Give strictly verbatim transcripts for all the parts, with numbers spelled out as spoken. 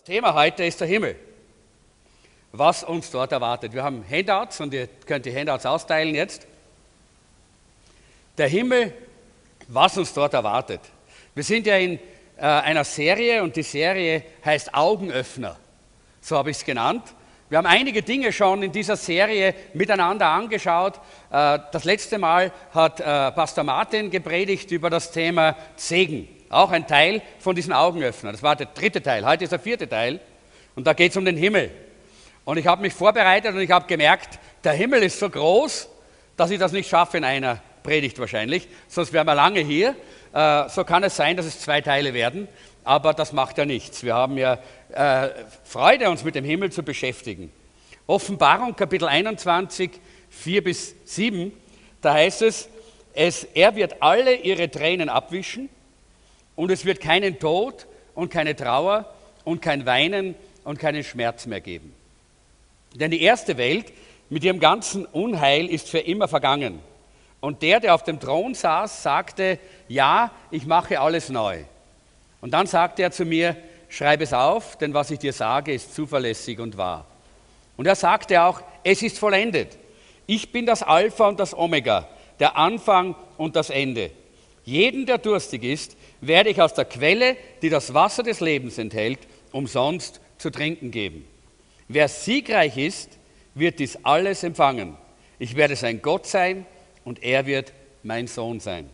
Thema heute ist der Himmel. Was uns dort erwartet. Wir haben Handouts und ihr könnt die Handouts austeilen jetzt. Der Himmel, was uns dort erwartet. Wir sind ja in äh, einer Serie und die Serie heißt Augenöffner. So habe ich es genannt. Wir haben einige Dinge schon in dieser Serie miteinander angeschaut. Äh, das letzte Mal hat äh, Pastor Martin gepredigt über das Thema Segen. Auch ein Teil von diesen Augenöffnern. Das war der dritte Teil. Heute ist der vierte Teil. Und da geht es um den Himmel. Und ich habe mich vorbereitet und ich habe gemerkt, der Himmel ist so groß, dass ich das nicht schaffe in einer Predigt wahrscheinlich. Sonst wären wir lange hier. Äh, so kann es sein, dass es zwei Teile werden. Aber das macht ja nichts. Wir haben ja äh, Freude, uns mit dem Himmel zu beschäftigen. Offenbarung, Kapitel einundzwanzig, vier bis sieben. Da heißt es, es, er wird alle ihre Tränen abwischen. Und es wird keinen Tod und keine Trauer und kein Weinen und keinen Schmerz mehr geben. Denn die erste Welt mit ihrem ganzen Unheil ist für immer vergangen. Und der, der auf dem Thron saß, sagte, ja, ich mache alles neu. Und dann sagte er zu mir, schreib es auf, denn was ich dir sage, ist zuverlässig und wahr. Und er sagte auch, es ist vollendet. Ich bin das Alpha und das Omega, der Anfang und das Ende. Jeden, der durstig ist, werde ich aus der Quelle, die das Wasser des Lebens enthält, umsonst zu trinken geben. Wer siegreich ist, wird dies alles empfangen. Ich werde sein Gott sein und er wird mein Sohn sein.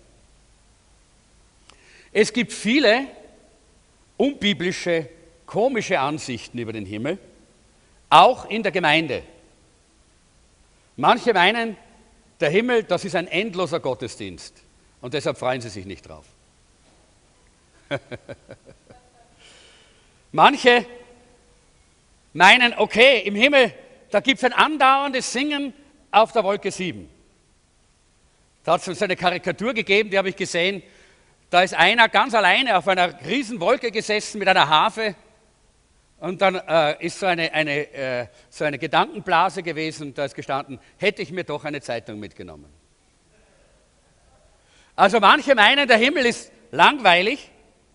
Es gibt viele unbiblische, komische Ansichten über den Himmel, auch in der Gemeinde. Manche meinen, der Himmel, das ist ein endloser Gottesdienst und deshalb freuen sie sich nicht drauf. Manche meinen, okay, im Himmel, da gibt es ein andauerndes Singen auf der Wolke sieben. Da hat es so eine Karikatur gegeben, die habe ich gesehen. Da ist einer ganz alleine auf einer riesen Wolke gesessen mit einer Harfe und dann äh, ist so eine, eine, äh, so eine Gedankenblase gewesen, da ist gestanden, hätte ich mir doch eine Zeitung mitgenommen. Also manche meinen, der Himmel ist langweilig.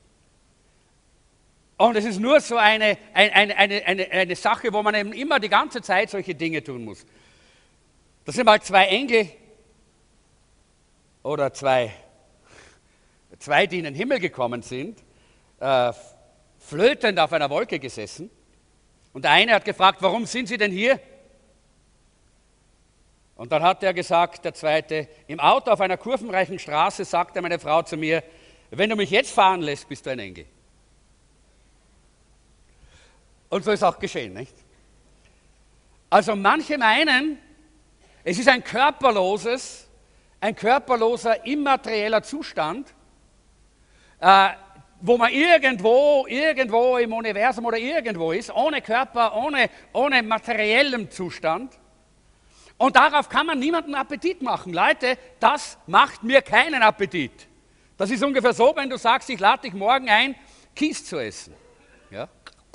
Und es ist nur so eine, eine, eine, eine, eine Sache, wo man eben immer die ganze Zeit solche Dinge tun muss. Das sind mal zwei Engel oder zwei, zwei, die in den Himmel gekommen sind, äh, flötend auf einer Wolke gesessen. Und der eine hat gefragt, warum sind Sie denn hier? Und dann hat er gesagt, der zweite, im Auto auf einer kurvenreichen Straße sagte meine Frau zu mir, wenn du mich jetzt fahren lässt, bist du ein Engel. Und so ist auch geschehen, nicht? Also manche meinen, es ist ein körperloses, ein körperloser, immaterieller Zustand, äh, wo man irgendwo, irgendwo im Universum oder irgendwo ist, ohne Körper, ohne, ohne materiellem Zustand. Und darauf kann man niemanden Appetit machen. Leute, das macht mir keinen Appetit. Das ist ungefähr so, wenn du sagst, ich lade dich morgen ein, Kies zu essen. Ja?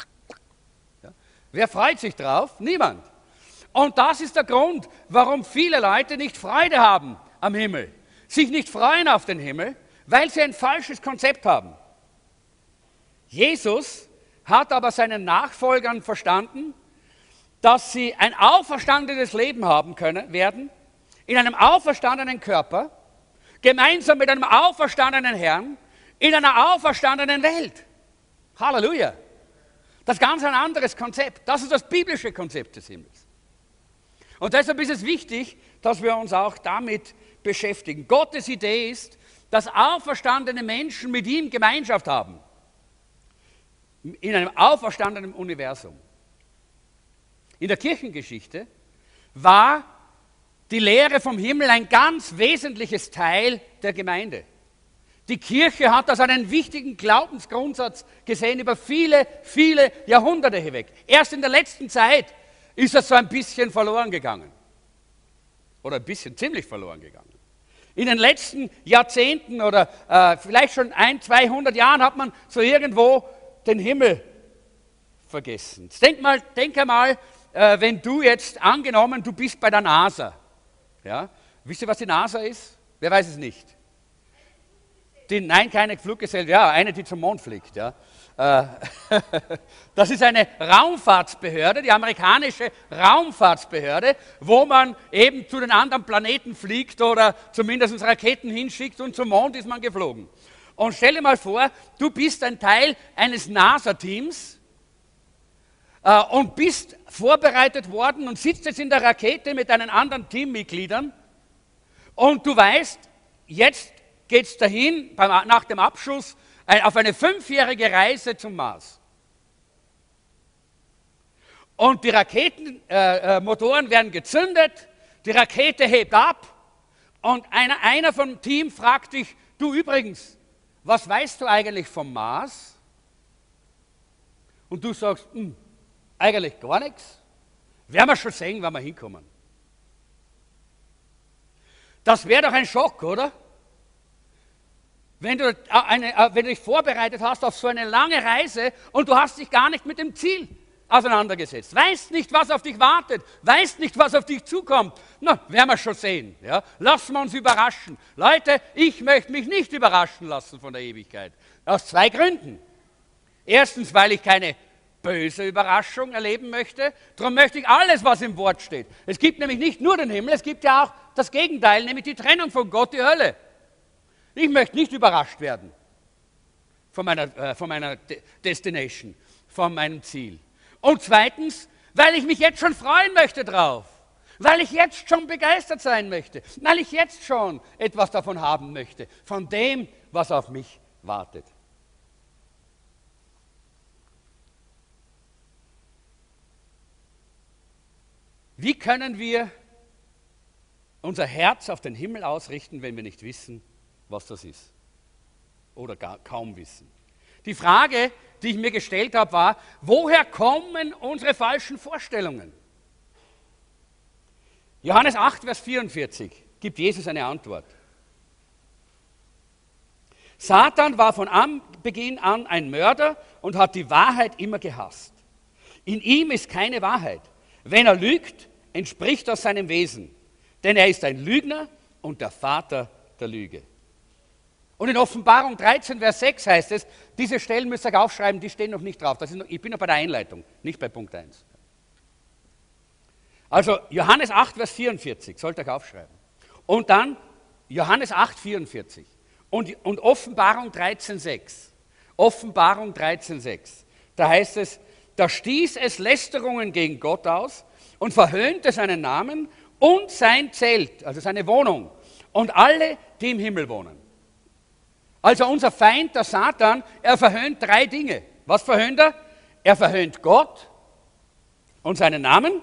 Wer freut sich drauf? Niemand. Und das ist der Grund, warum viele Leute nicht Freude haben am Himmel, sich nicht freuen auf den Himmel, weil sie ein falsches Konzept haben. Jesus hat aber seinen Nachfolgern verstanden, dass sie ein auferstandenes Leben haben können, werden, in einem auferstandenen Körper, gemeinsam mit einem auferstandenen Herrn, in einer auferstandenen Welt. Halleluja. Das ist ganz ein anderes Konzept. Das ist das biblische Konzept des Himmels. Und deshalb ist es wichtig, dass wir uns auch damit beschäftigen. Gottes Idee ist, dass auferstandene Menschen mit ihm Gemeinschaft haben. In einem auferstandenen Universum. In der Kirchengeschichte war die Lehre vom Himmel ein ganz wesentliches Teil der Gemeinde. Die Kirche hat das einen wichtigen Glaubensgrundsatz gesehen über viele, viele Jahrhunderte hinweg. Erst in der letzten Zeit ist das so ein bisschen verloren gegangen. Oder ein bisschen ziemlich verloren gegangen. In den letzten Jahrzehnten oder äh, vielleicht schon ein, zweihundert Jahren hat man so irgendwo den Himmel vergessen. Denk mal, denk einmal, äh, wenn du jetzt angenommen, du bist bei der NASA. Ja? Wisst ihr, was die NASA ist? Wer weiß es nicht? die, nein, keine Fluggesellschaft, ja, eine, die zum Mond fliegt. Ja. Äh, das ist eine Raumfahrtsbehörde, die amerikanische Raumfahrtsbehörde, wo man eben zu den anderen Planeten fliegt oder zumindest Raketen hinschickt und zum Mond ist man geflogen. Und stell dir mal vor, du bist ein Teil eines NASA-Teams äh, und bist vorbereitet worden und sitzt jetzt in der Rakete mit deinen anderen Teammitgliedern und du weißt, jetzt geht es dahin, beim, nach dem Abschuss, ein, auf eine fünfjährige Reise zum Mars. Und die Raketenmotoren äh, werden gezündet, die Rakete hebt ab und einer, einer vom Team fragt dich, du übrigens, was weißt du eigentlich vom Mars? Und du sagst, hm, eigentlich gar nichts. Werden wir schon sehen, wann wir hinkommen. Das wäre doch ein Schock, oder? Wenn du, eine, wenn du dich vorbereitet hast auf so eine lange Reise und du hast dich gar nicht mit dem Ziel auseinandergesetzt, weißt nicht, was auf dich wartet, weißt nicht, was auf dich zukommt, na, werden wir schon sehen. Ja? Lassen wir uns überraschen. Leute, ich möchte mich nicht überraschen lassen von der Ewigkeit. Aus zwei Gründen. Erstens, weil ich keine böse Überraschung erleben möchte. Darum möchte ich alles, was im Wort steht. Es gibt nämlich nicht nur den Himmel, es gibt ja auch das Gegenteil, nämlich die Trennung von Gott, die Hölle. Ich möchte nicht überrascht werden von meiner, äh, von meiner De- Destination, von meinem Ziel. Und zweitens, weil ich mich jetzt schon freuen möchte drauf, weil ich jetzt schon begeistert sein möchte, weil ich jetzt schon etwas davon haben möchte, von dem, was auf mich wartet. Wie können wir unser Herz auf den Himmel ausrichten, wenn wir nicht wissen, was das ist? Oder gar, kaum wissen. Die Frage, die ich mir gestellt habe, war, woher kommen unsere falschen Vorstellungen? Johannes acht, Vers vierundvierzig gibt Jesus eine Antwort. Satan war von Anbeginn an ein Mörder und hat die Wahrheit immer gehasst. In ihm ist keine Wahrheit. Wenn er lügt, entspricht das seinem Wesen. Denn er ist ein Lügner und der Vater der Lüge. Und in Offenbarung dreizehn, Vers sechs heißt es, diese Stellen müsst ihr euch aufschreiben, die stehen noch nicht drauf. Das ist noch, ich bin noch bei der Einleitung, nicht bei Punkt eins. Also Johannes acht, Vers vierundvierzig, sollt ihr euch aufschreiben. Und dann Johannes acht, vierundvierzig. Und, und Offenbarung dreizehn, sechs. Offenbarung dreizehn, sechs. Da heißt es, da stieß es Lästerungen gegen Gott aus und verhöhnte seinen Namen und sein Zelt, also seine Wohnung, und alle, die im Himmel wohnen. Also unser Feind, der Satan, er verhöhnt drei Dinge. Was verhöhnt er? Er verhöhnt Gott und seinen Namen.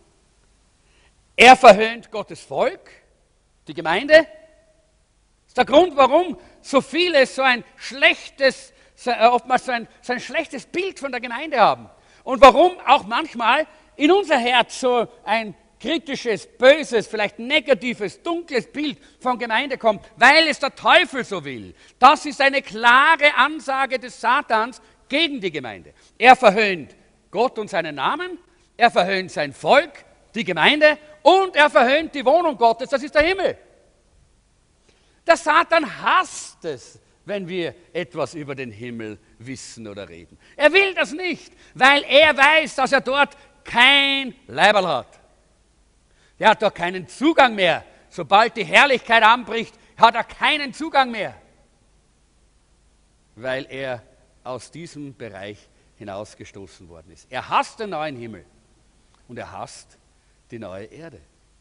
Er verhöhnt Gottes Volk, die Gemeinde. Das ist der Grund, warum so viele so ein schlechtes, oftmals so ein, so ein schlechtes Bild von der Gemeinde haben. Und warum auch manchmal in unser Herz so ein kritisches, böses, vielleicht negatives, dunkles Bild von Gemeinde kommt, weil es der Teufel so will. Das ist eine klare Ansage des Satans gegen die Gemeinde. Er verhöhnt Gott und seinen Namen, er verhöhnt sein Volk, die Gemeinde, und er verhöhnt die Wohnung Gottes, das ist der Himmel. Der Satan hasst es, wenn wir etwas über den Himmel wissen oder reden. Er will das nicht, weil er weiß, dass er dort kein Leiberl hat. Er hat doch keinen Zugang mehr. Sobald die Herrlichkeit anbricht, hat er keinen Zugang mehr. Weil er aus diesem Bereich hinausgestoßen worden ist. Er hasst den neuen Himmel und er hasst die neue Erde.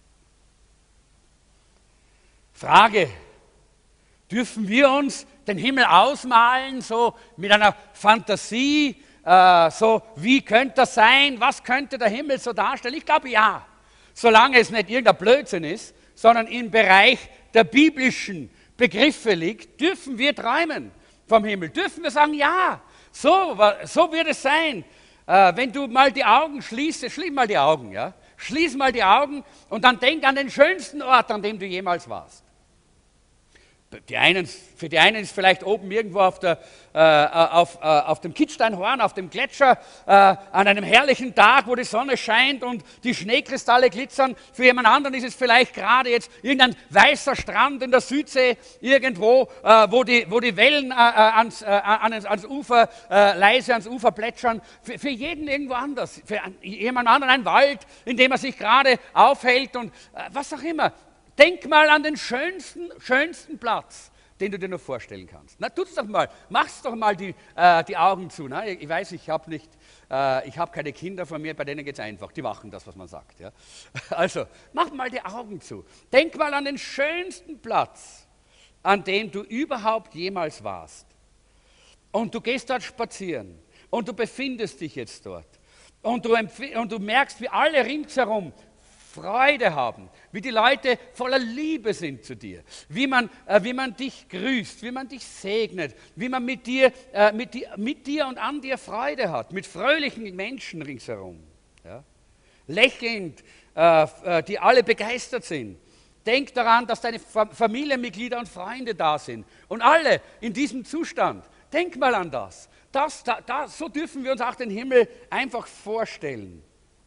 Frage, dürfen wir uns den Himmel ausmalen, so mit einer Fantasie, äh, so wie könnte das sein, was könnte der Himmel so darstellen? Ich glaube ja. Solange es nicht irgendein Blödsinn ist, sondern im Bereich der biblischen Begriffe liegt, dürfen wir träumen vom Himmel. Dürfen wir sagen, ja, so, so wird es sein. Äh, wenn du mal die Augen schließt, schließ mal die Augen, ja? Schließ mal die Augen und dann denk an den schönsten Ort, an dem du jemals warst. Die einen, für die einen ist vielleicht oben irgendwo auf, der, äh, auf, äh, auf dem Kitzsteinhorn, auf dem Gletscher, äh, an einem herrlichen Tag, wo die Sonne scheint und die Schneekristalle glitzern. Für jemand anderen ist es vielleicht gerade jetzt irgendein weißer Strand in der Südsee irgendwo, äh, wo, die, wo die Wellen äh, ans, äh, ans, ans Ufer, äh, leise ans Ufer plätschern. Für, für jeden irgendwo anders. Für jemand anderen ein Wald, in dem er sich gerade aufhält und äh, was auch immer. Denk mal an den schönsten, schönsten Platz, den du dir nur vorstellen kannst. Na, tut's doch mal, mach's doch mal die, äh, die Augen zu. Na? Ich, ich weiß, ich habe nicht, äh, ich habe keine Kinder von mir, bei denen geht's einfach. Die machen das, was man sagt. Ja? Also, mach mal die Augen zu. Denk mal an den schönsten Platz, an dem du überhaupt jemals warst. Und du gehst dort spazieren und du befindest dich jetzt dort. Und du, und du merkst, wie alle ringsherum Freude haben, wie die Leute voller Liebe sind zu dir, wie man, äh, wie man dich grüßt, wie man dich segnet, wie man mit dir, äh, mit, die, mit dir und an dir Freude hat, mit fröhlichen Menschen ringsherum, ja? Lächelnd, äh, äh, die alle begeistert sind. Denk daran, dass deine Familienmitglieder und Freunde da sind und alle in diesem Zustand. Denk mal an das. das, da, da so dürfen wir uns auch den Himmel einfach vorstellen.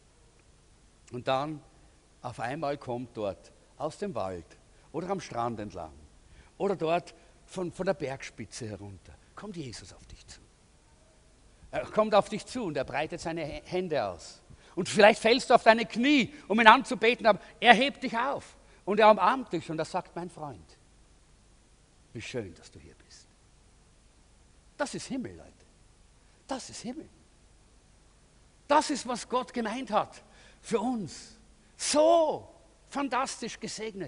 Und dann auf einmal kommt dort aus dem Wald oder am Strand entlang oder dort von, von der Bergspitze herunter, kommt Jesus auf dich zu. Er kommt auf dich zu und er breitet seine Hände aus. Und vielleicht fällst du auf deine Knie, um ihn anzubeten, aber er hebt dich auf und er umarmt dich und er sagt, mein Freund, wie schön, dass du hier bist. Das ist Himmel, Leute. Das ist Himmel. Das ist, was Gott gemeint hat für uns. So fantastisch gesegnet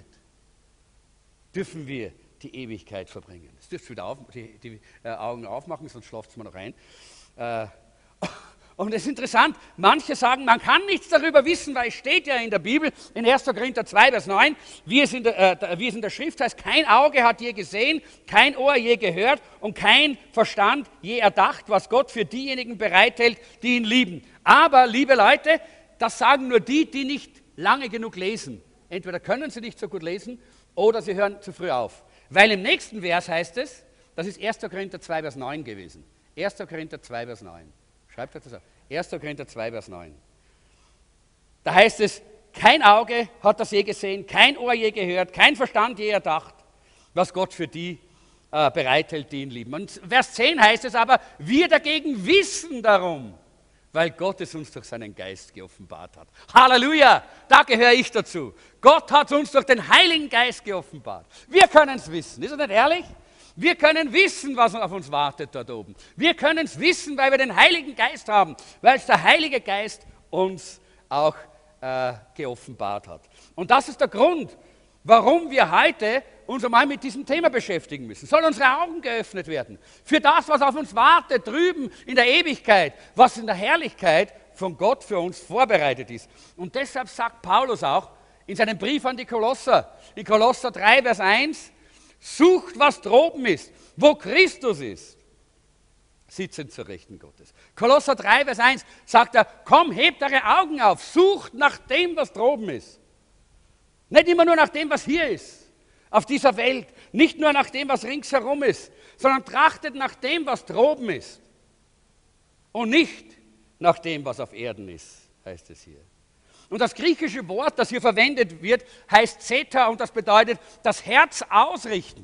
dürfen wir die Ewigkeit verbringen. Jetzt dürft ihr wieder auf, die, die äh, Augen aufmachen, sonst schlaft es mir noch ein. Äh, und es ist interessant, manche sagen, man kann nichts darüber wissen, weil es steht ja in der Bibel, in erster Korinther zwei, Vers neun, wie es, in der, äh, wie es in der Schrift heißt, kein Auge hat je gesehen, kein Ohr je gehört und kein Verstand je erdacht, was Gott für diejenigen bereithält, die ihn lieben. Aber, liebe Leute, das sagen nur die, die nicht lange genug lesen. Entweder können sie nicht so gut lesen oder sie hören zu früh auf. Weil im nächsten Vers heißt es, das ist erster Korinther zwei, Vers neun gewesen. erster Korinther zwei, Vers neun. Schreibt euch das auf. erster Korinther zwei, Vers neun. Da heißt es, kein Auge hat das je gesehen, kein Ohr je gehört, kein Verstand je erdacht, was Gott für die äh, bereithält, die ihn lieben. Und Vers zehn heißt es aber, wir dagegen wissen darum, weil Gott es uns durch seinen Geist geoffenbart hat. Halleluja, da gehöre ich dazu. Gott hat uns durch den Heiligen Geist geoffenbart. Wir können es wissen, ist das nicht ehrlich? Wir können wissen, was auf uns wartet dort oben. Wir können es wissen, weil wir den Heiligen Geist haben, weil es der Heilige Geist uns auch äh, geoffenbart hat. Und das ist der Grund, warum wir heute uns einmal mit diesem Thema beschäftigen müssen. Soll unsere Augen geöffnet werden für das, was auf uns wartet, drüben in der Ewigkeit, was in der Herrlichkeit von Gott für uns vorbereitet ist. Und deshalb sagt Paulus auch in seinem Brief an die Kolosser, in Kolosser drei, Vers eins, sucht, was droben ist, wo Christus ist, sitzend zur Rechten Gottes. Kolosser drei, Vers eins sagt er, komm, hebt eure Augen auf, sucht nach dem, was droben ist. Nicht immer nur nach dem, was hier ist, auf dieser Welt, nicht nur nach dem, was ringsherum ist, sondern trachtet nach dem, was droben ist und nicht nach dem, was auf Erden ist, heißt es hier. Und das griechische Wort, das hier verwendet wird, heißt Zeta und das bedeutet das Herz ausrichten.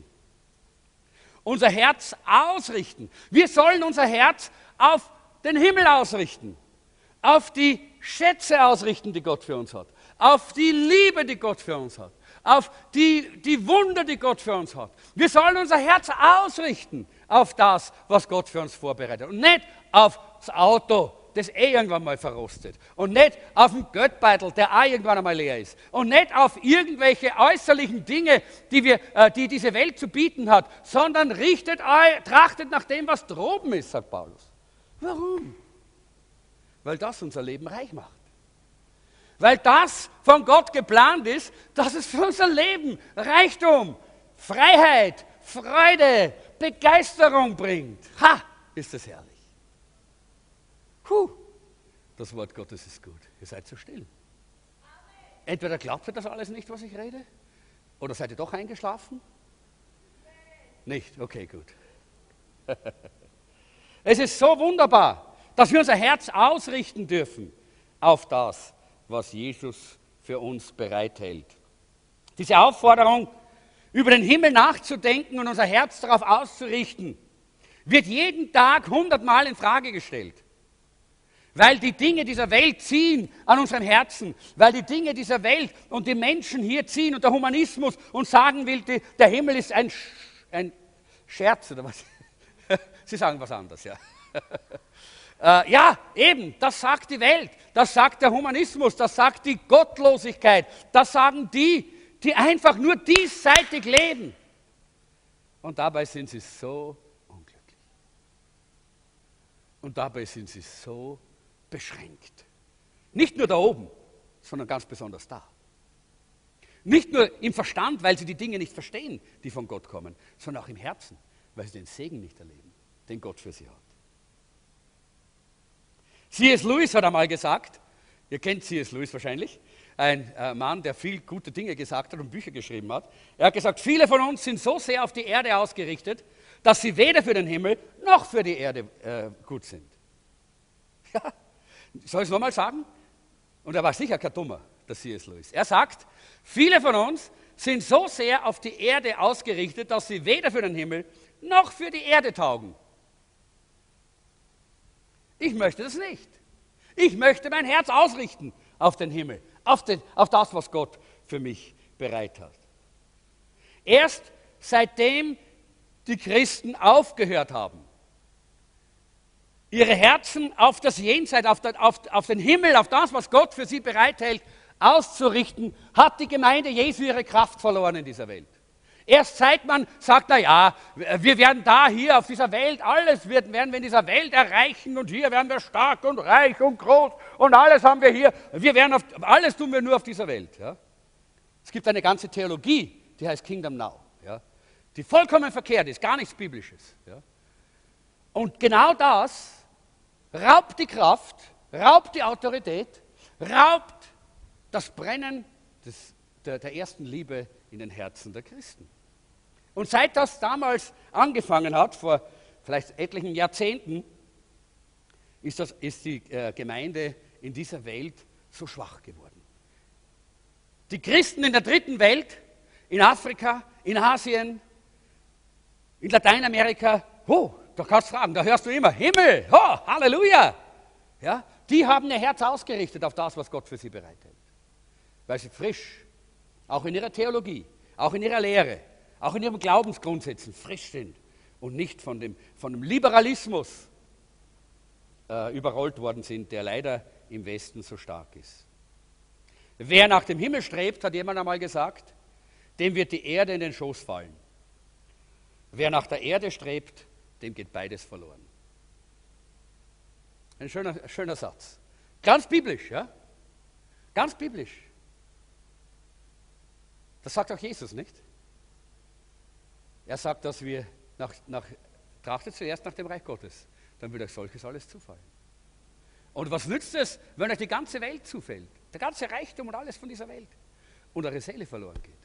Unser Herz ausrichten. Wir sollen unser Herz auf den Himmel ausrichten, auf die Schätze ausrichten, die Gott für uns hat, auf die Liebe, die Gott für uns hat, auf die, die Wunder, die Gott für uns hat. Wir sollen unser Herz ausrichten auf das, was Gott für uns vorbereitet und nicht auf das Auto, das eh irgendwann mal verrostet und nicht auf den Geldbeutel, der auch irgendwann einmal leer ist und nicht auf irgendwelche äußerlichen Dinge, die, wir, äh, die diese Welt zu bieten hat, sondern richtet, trachtet nach dem, was droben ist, sagt Paulus. Warum? Weil das unser Leben reich macht. Weil das von Gott geplant ist, dass es für unser Leben Reichtum, Freiheit, Freude, Begeisterung bringt. Ha, ist das herrlich. Puh, das Wort Gottes ist gut. Ihr seid so still. Entweder glaubt ihr das alles nicht, was ich rede, oder seid ihr doch eingeschlafen? Nicht? Okay, gut. Es ist so wunderbar, dass wir unser Herz ausrichten dürfen auf das, was Jesus für uns bereithält. Diese Aufforderung, über den Himmel nachzudenken und unser Herz darauf auszurichten, wird jeden Tag hundertmal in Frage gestellt. Weil die Dinge dieser Welt ziehen an unseren Herzen, weil die Dinge dieser Welt und die Menschen hier ziehen und der Humanismus uns sagen will, die, der Himmel ist ein, Sch ein Scherz oder was? Sie sagen was anderes, ja. äh, ja, eben, das sagt die Welt, das sagt der Humanismus, das sagt die Gottlosigkeit, das sagen die, die einfach nur diesseitig leben. Und dabei sind sie so unglücklich. Und dabei sind sie so beschränkt. Nicht nur da oben, sondern ganz besonders da. Nicht nur im Verstand, weil sie die Dinge nicht verstehen, die von Gott kommen, sondern auch im Herzen, weil sie den Segen nicht erleben, den Gott für sie hat. C S Lewis hat einmal gesagt, ihr kennt C S Lewis wahrscheinlich, ein äh, Mann, der viel gute Dinge gesagt hat und Bücher geschrieben hat. Er hat gesagt, viele von uns sind so sehr auf die Erde ausgerichtet, dass sie weder für den Himmel noch für die Erde äh, gut sind. Ja, soll ich es nochmal sagen? Und er war sicher kein Dummer, der C S Lewis. Er sagt, viele von uns sind so sehr auf die Erde ausgerichtet, dass sie weder für den Himmel noch für die Erde taugen. Ich möchte das nicht. Ich möchte mein Herz ausrichten auf den Himmel, auf, den, auf das, was Gott für mich bereit hat. Erst seitdem die Christen aufgehört haben, ihre Herzen auf das Jenseits, auf, der, auf, auf den Himmel, auf das, was Gott für sie bereithält, auszurichten, hat die Gemeinde Jesu ihre Kraft verloren in dieser Welt. Erst seit man sagt, na ja, wir werden da, hier auf dieser Welt, alles wird, werden wir in dieser Welt erreichen und hier werden wir stark und reich und groß und alles haben wir hier. Wir werden auf, alles tun wir nur auf dieser Welt. Ja. Es gibt eine ganze Theologie, die heißt Kingdom Now, ja, die vollkommen verkehrt ist, gar nichts Biblisches. Ja. Und genau das raubt die Kraft, raubt die Autorität, raubt das Brennen des, der, der ersten Liebe in den Herzen der Christen. Und seit das damals angefangen hat, vor vielleicht etlichen Jahrzehnten, ist, das, ist die äh, Gemeinde in dieser Welt so schwach geworden. Die Christen in der dritten Welt, in Afrika, in Asien, in Lateinamerika, oh, da kannst du fragen, da hörst du immer, Himmel, oh, Halleluja. Ja, die haben ihr Herz ausgerichtet auf das, was Gott für sie bereithält. Weil sie frisch, auch in ihrer Theologie, auch in ihrer Lehre, auch in ihren Glaubensgrundsätzen frisch sind und nicht von dem, von dem Liberalismus äh, überrollt worden sind, der leider im Westen so stark ist. Wer nach dem Himmel strebt, hat jemand einmal gesagt, dem wird die Erde in den Schoß fallen. Wer nach der Erde strebt, dem geht beides verloren. Ein schöner, schöner Satz. Ganz biblisch, ja? Ganz biblisch. Das sagt auch Jesus, nicht? Er sagt, dass wir nach, nach, trachtet zuerst nach dem Reich Gottes, dann wird euch solches alles zufallen. Und was nützt es, wenn euch die ganze Welt zufällt, der ganze Reichtum und alles von dieser Welt und eure Seele verloren geht?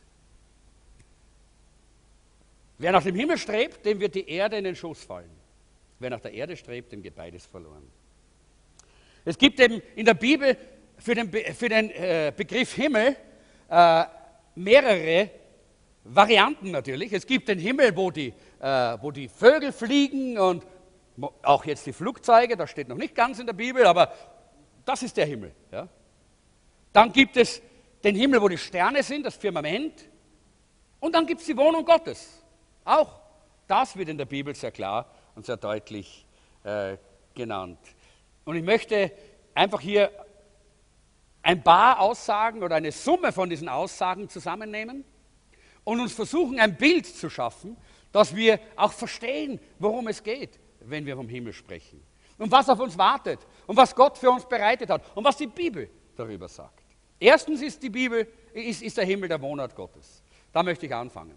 Wer nach dem Himmel strebt, dem wird die Erde in den Schoß fallen. Wer nach der Erde strebt, dem geht beides verloren. Es gibt eben in der Bibel für den, Be für den äh, Begriff Himmel äh, mehrere Varianten natürlich. Es gibt den Himmel, wo die, äh, wo die Vögel fliegen und auch jetzt die Flugzeuge, das steht noch nicht ganz in der Bibel, aber das ist der Himmel. Ja. Dann gibt es den Himmel, wo die Sterne sind, das Firmament. Und dann gibt es die Wohnung Gottes. Auch das wird in der Bibel sehr klar und sehr deutlich äh, genannt. Und ich möchte einfach hier ein paar Aussagen oder eine Summe von diesen Aussagen zusammennehmen und uns versuchen, ein Bild zu schaffen, dass wir auch verstehen, worum es geht, wenn wir vom Himmel sprechen. Und was auf uns wartet und was Gott für uns bereitet hat und was die Bibel darüber sagt. Erstens ist die Bibel, ist, ist der Himmel der Wohnort Gottes. Da möchte ich anfangen.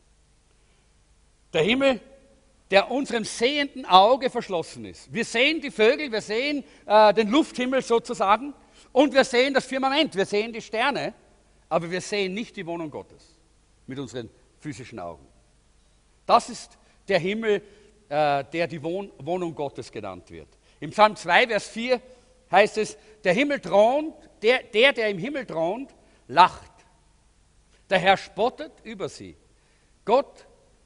Der Himmel, der unserem sehenden Auge verschlossen ist. Wir sehen die Vögel, wir sehen äh, den Lufthimmel sozusagen und wir sehen das Firmament, wir sehen die Sterne, aber wir sehen nicht die Wohnung Gottes mit unseren physischen Augen. Das ist der Himmel, äh, der die Wohn Wohnung Gottes genannt wird. Im Psalm zwei, Vers vier heißt es, der Himmel thront, der, der, der im Himmel thront, lacht. Der Herr spottet über sie. Gott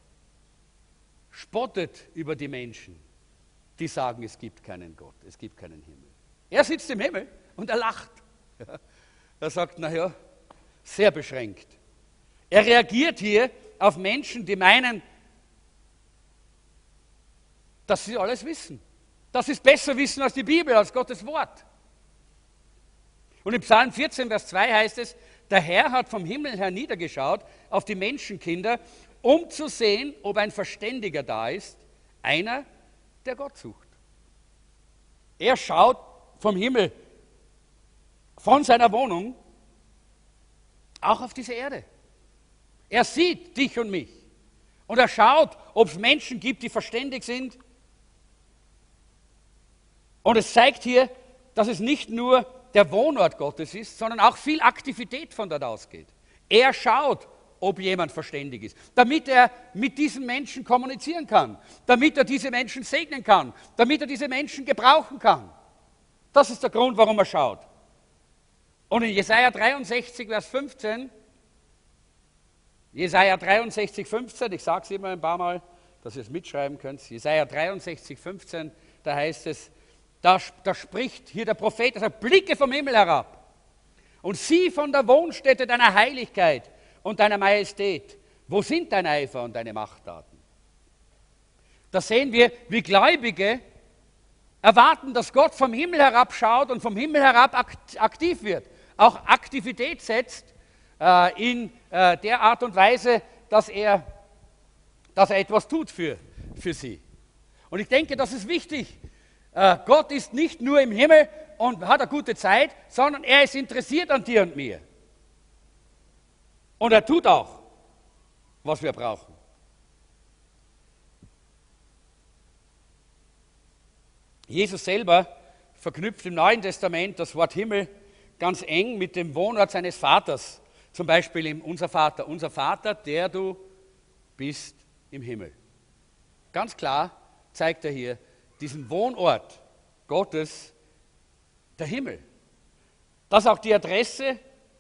spottet über die Menschen, die sagen, es gibt keinen Gott, es gibt keinen Himmel. Er sitzt im Himmel und er lacht. Er sagt, naja, sehr beschränkt. Er reagiert hier auf Menschen, die meinen, dass sie alles wissen. Dass sie es besser wissen als die Bibel, als Gottes Wort. Und im Psalm vierzehn, Vers zwei heißt es, der Herr hat vom Himmel her niedergeschaut auf die Menschenkinder, um zu sehen, ob ein Verständiger da ist, einer, der Gott sucht. Er schaut vom Himmel, von seiner Wohnung, auch auf diese Erde. Er sieht dich und mich. Und er schaut, ob es Menschen gibt, die verständig sind. Und es zeigt hier, dass es nicht nur der Wohnort Gottes ist, sondern auch viel Aktivität von dort ausgeht. Er schaut, ob jemand verständig ist, damit er mit diesen Menschen kommunizieren kann, damit er diese Menschen segnen kann, damit er diese Menschen gebrauchen kann. Das ist der Grund, warum er schaut. Und in Jesaja dreiundsechzig, Vers fünfzehn, Jesaja dreiundsechzig, fünfzehn, ich sage es immer ein paar Mal, dass ihr es mitschreiben könnt, Jesaja dreiundsechzig, fünfzehn, da heißt es, da, da spricht hier der Prophet, er sagt, blicke vom Himmel herab und sieh von der Wohnstätte deiner Heiligkeit und deiner Majestät, wo sind dein Eifer und deine Machttaten? Da sehen wir, wie Gläubige erwarten, dass Gott vom Himmel herabschaut und vom Himmel herab aktiv wird, auch Aktivität setzt äh, in äh, der Art und Weise, dass er, dass er etwas tut für, für sie. Und ich denke, das ist wichtig. Äh, Gott ist nicht nur im Himmel und hat eine gute Zeit, sondern er ist interessiert an dir und mir. Und er tut auch, was wir brauchen. Jesus selber verknüpft im Neuen Testament das Wort Himmel ganz eng mit dem Wohnort seines Vaters. Zum Beispiel im Unser Vater. Unser Vater, der du bist im Himmel. Ganz klar zeigt er hier diesen Wohnort Gottes, der Himmel. Das ist auch die Adresse,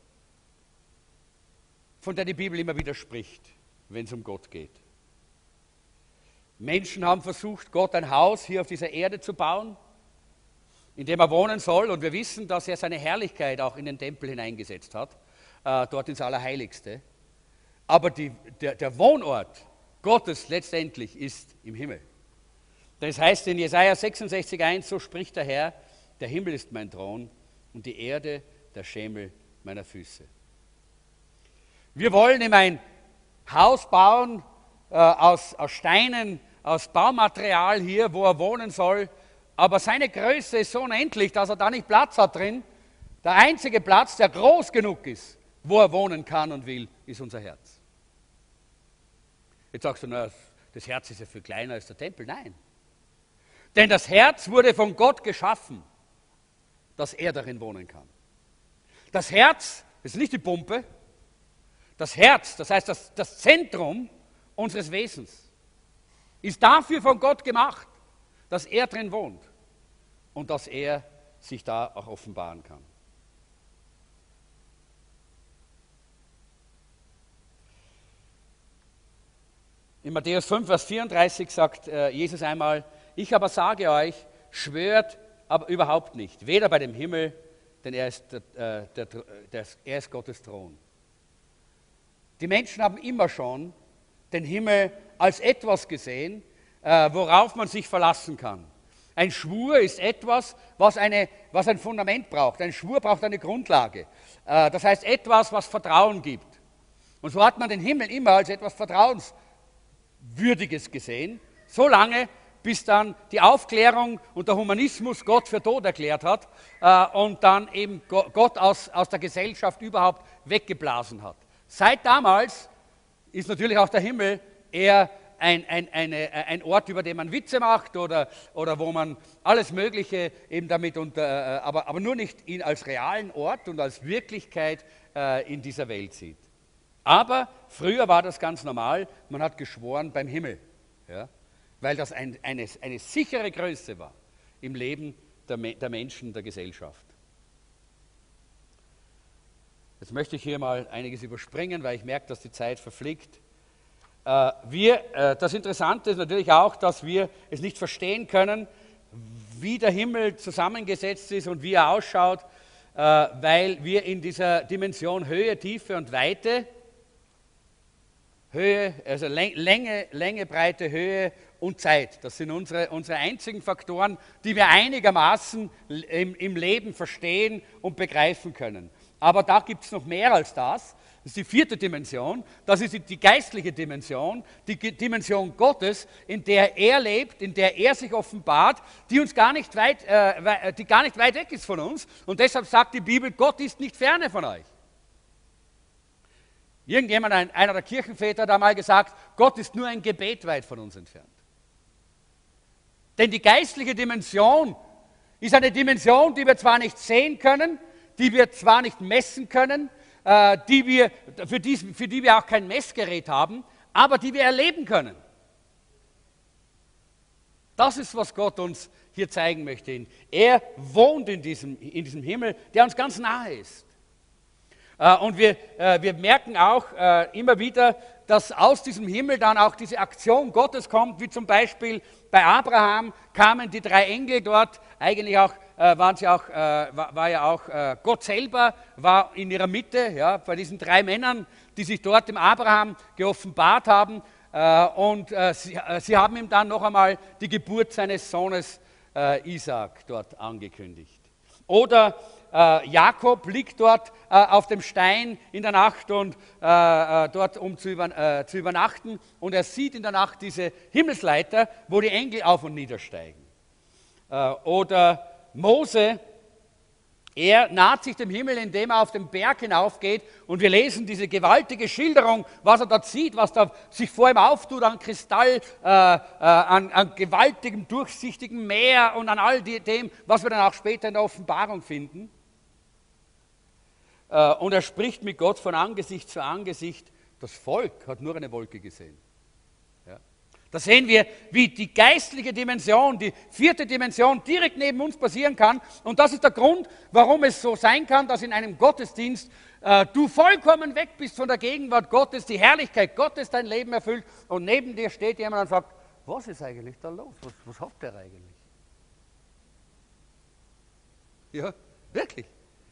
von der die Bibel immer wieder spricht, wenn es um Gott geht. Menschen haben versucht, Gott ein Haus hier auf dieser Erde zu bauen, in dem er wohnen soll. Und wir wissen, dass er seine Herrlichkeit auch in den Tempel hineingesetzt hat, äh, dort ins Allerheiligste. Aber die, der, der Wohnort Gottes letztendlich ist im Himmel. Das heißt in Jesaja sechsundsechzig, eins, so spricht der Herr, der Himmel ist mein Thron und die Erde der Schemel meiner Füße. Wir wollen ihm ein Haus bauen äh, aus, aus Steinen, aus Baumaterial hier, wo er wohnen soll, aber seine Größe ist so unendlich, dass er da nicht Platz hat drin. Der einzige Platz, der groß genug ist, wo er wohnen kann und will, ist unser Herz. Jetzt sagst du, na, das Herz ist ja viel kleiner als der Tempel. Nein. Denn das Herz wurde von Gott geschaffen, dass er darin wohnen kann. Das Herz ist nicht die Pumpe. Das Herz, das heißt das, das Zentrum unseres Wesens, ist dafür von Gott gemacht, dass er drin wohnt und dass er sich da auch offenbaren kann. In Matthäus fünf, Vers vierunddreißig sagt äh, Jesus einmal, ich aber sage euch, schwört aber überhaupt nicht, weder bei dem Himmel, denn er ist, der, äh, der, der, er ist Gottes Thron. Die Menschen haben immer schon den Himmel als etwas gesehen, äh, worauf man sich verlassen kann. Ein Schwur ist etwas, was, eine, was ein Fundament braucht. Ein Schwur braucht eine Grundlage. Äh, das heißt etwas, was Vertrauen gibt. Und so hat man den Himmel immer als etwas Vertrauenswürdiges gesehen, solange bis dann die Aufklärung und der Humanismus Gott für tot erklärt hat äh, und dann eben Gott aus, aus der Gesellschaft überhaupt weggeblasen hat. Seit damals ist natürlich auch der Himmel eher ein, ein, eine, ein Ort, über den man Witze macht oder, oder wo man alles Mögliche eben damit, unter, äh, aber, aber nur nicht ihn als realen Ort und als Wirklichkeit äh, in dieser Welt sieht. Aber Früher war das ganz normal, man hat geschworen beim Himmel, ja, weil das ein, eine, eine sichere Größe war im Leben der, der Menschen, der Gesellschaft. Jetzt möchte ich hier mal einiges überspringen, weil ich merke, dass die Zeit verfliegt. Äh, wir, äh, das Interessante ist natürlich auch, dass wir es nicht verstehen können, wie der Himmel zusammengesetzt ist und wie er ausschaut, äh, weil wir in dieser Dimension Höhe, Tiefe und Weite, Höhe, also Länge, Länge, Breite, Höhe und Zeit, das sind unsere, unsere einzigen Faktoren, die wir einigermaßen im, im Leben verstehen und begreifen können. Aber da gibt es noch mehr als das. Das ist die vierte Dimension, das ist die geistliche Dimension, die Dimension Gottes, in der er lebt, in der er sich offenbart, die uns gar nicht weit, äh, die gar nicht weit weg ist von uns. Und deshalb sagt die Bibel, Gott ist nicht ferne von euch. Irgendjemand, einer der Kirchenväter, hat einmal gesagt, Gott ist nur ein Gebet weit von uns entfernt. Denn die geistliche Dimension ist eine Dimension, die wir zwar nicht sehen können, die wir zwar nicht messen können, äh, die wir, für, die, für die wir auch kein Messgerät haben, aber die wir erleben können. Das ist, was Gott uns hier zeigen möchte. Er wohnt in diesem, in diesem Himmel, der uns ganz nahe ist. Äh, und wir, äh, wir merken auch äh, immer wieder, dass aus diesem Himmel dann auch diese Aktion Gottes kommt, wie zum Beispiel bei Abraham kamen die drei Engel dort, eigentlich auch, äh, waren sie auch, äh, war, war ja auch äh, Gott selber, war in ihrer Mitte, ja, bei diesen drei Männern, die sich dort dem Abraham geoffenbart haben, äh, und äh, sie, äh, sie haben ihm dann noch einmal die Geburt seines Sohnes äh, Isaak dort angekündigt. Oder äh, Jakob liegt dort äh, auf dem Stein in der Nacht und äh, äh, dort, um zu, über, äh, zu übernachten, und er sieht in der Nacht diese Himmelsleiter, wo die Engel auf und niedersteigen. Äh, oder Mose, er naht sich dem Himmel, indem er auf den Berg hinaufgeht, und wir lesen diese gewaltige Schilderung, was er dort sieht, was da sich vor ihm auftut an Kristall, äh, äh, an, an gewaltigem, durchsichtigem Meer und an all die, dem, was wir dann auch später in der Offenbarung finden. Äh, und er spricht mit Gott von Angesicht zu Angesicht. Das Volk hat nur eine Wolke gesehen. Ja. Da sehen wir, wie die geistliche Dimension, die vierte Dimension direkt neben uns passieren kann. Und das ist der Grund, warum es so sein kann, dass in einem Gottesdienst äh, du vollkommen weg bist von der Gegenwart Gottes, die Herrlichkeit Gottes dein Leben erfüllt, und neben dir steht jemand und sagt, was ist eigentlich da los? Was, was habt ihr eigentlich? Ja, wirklich.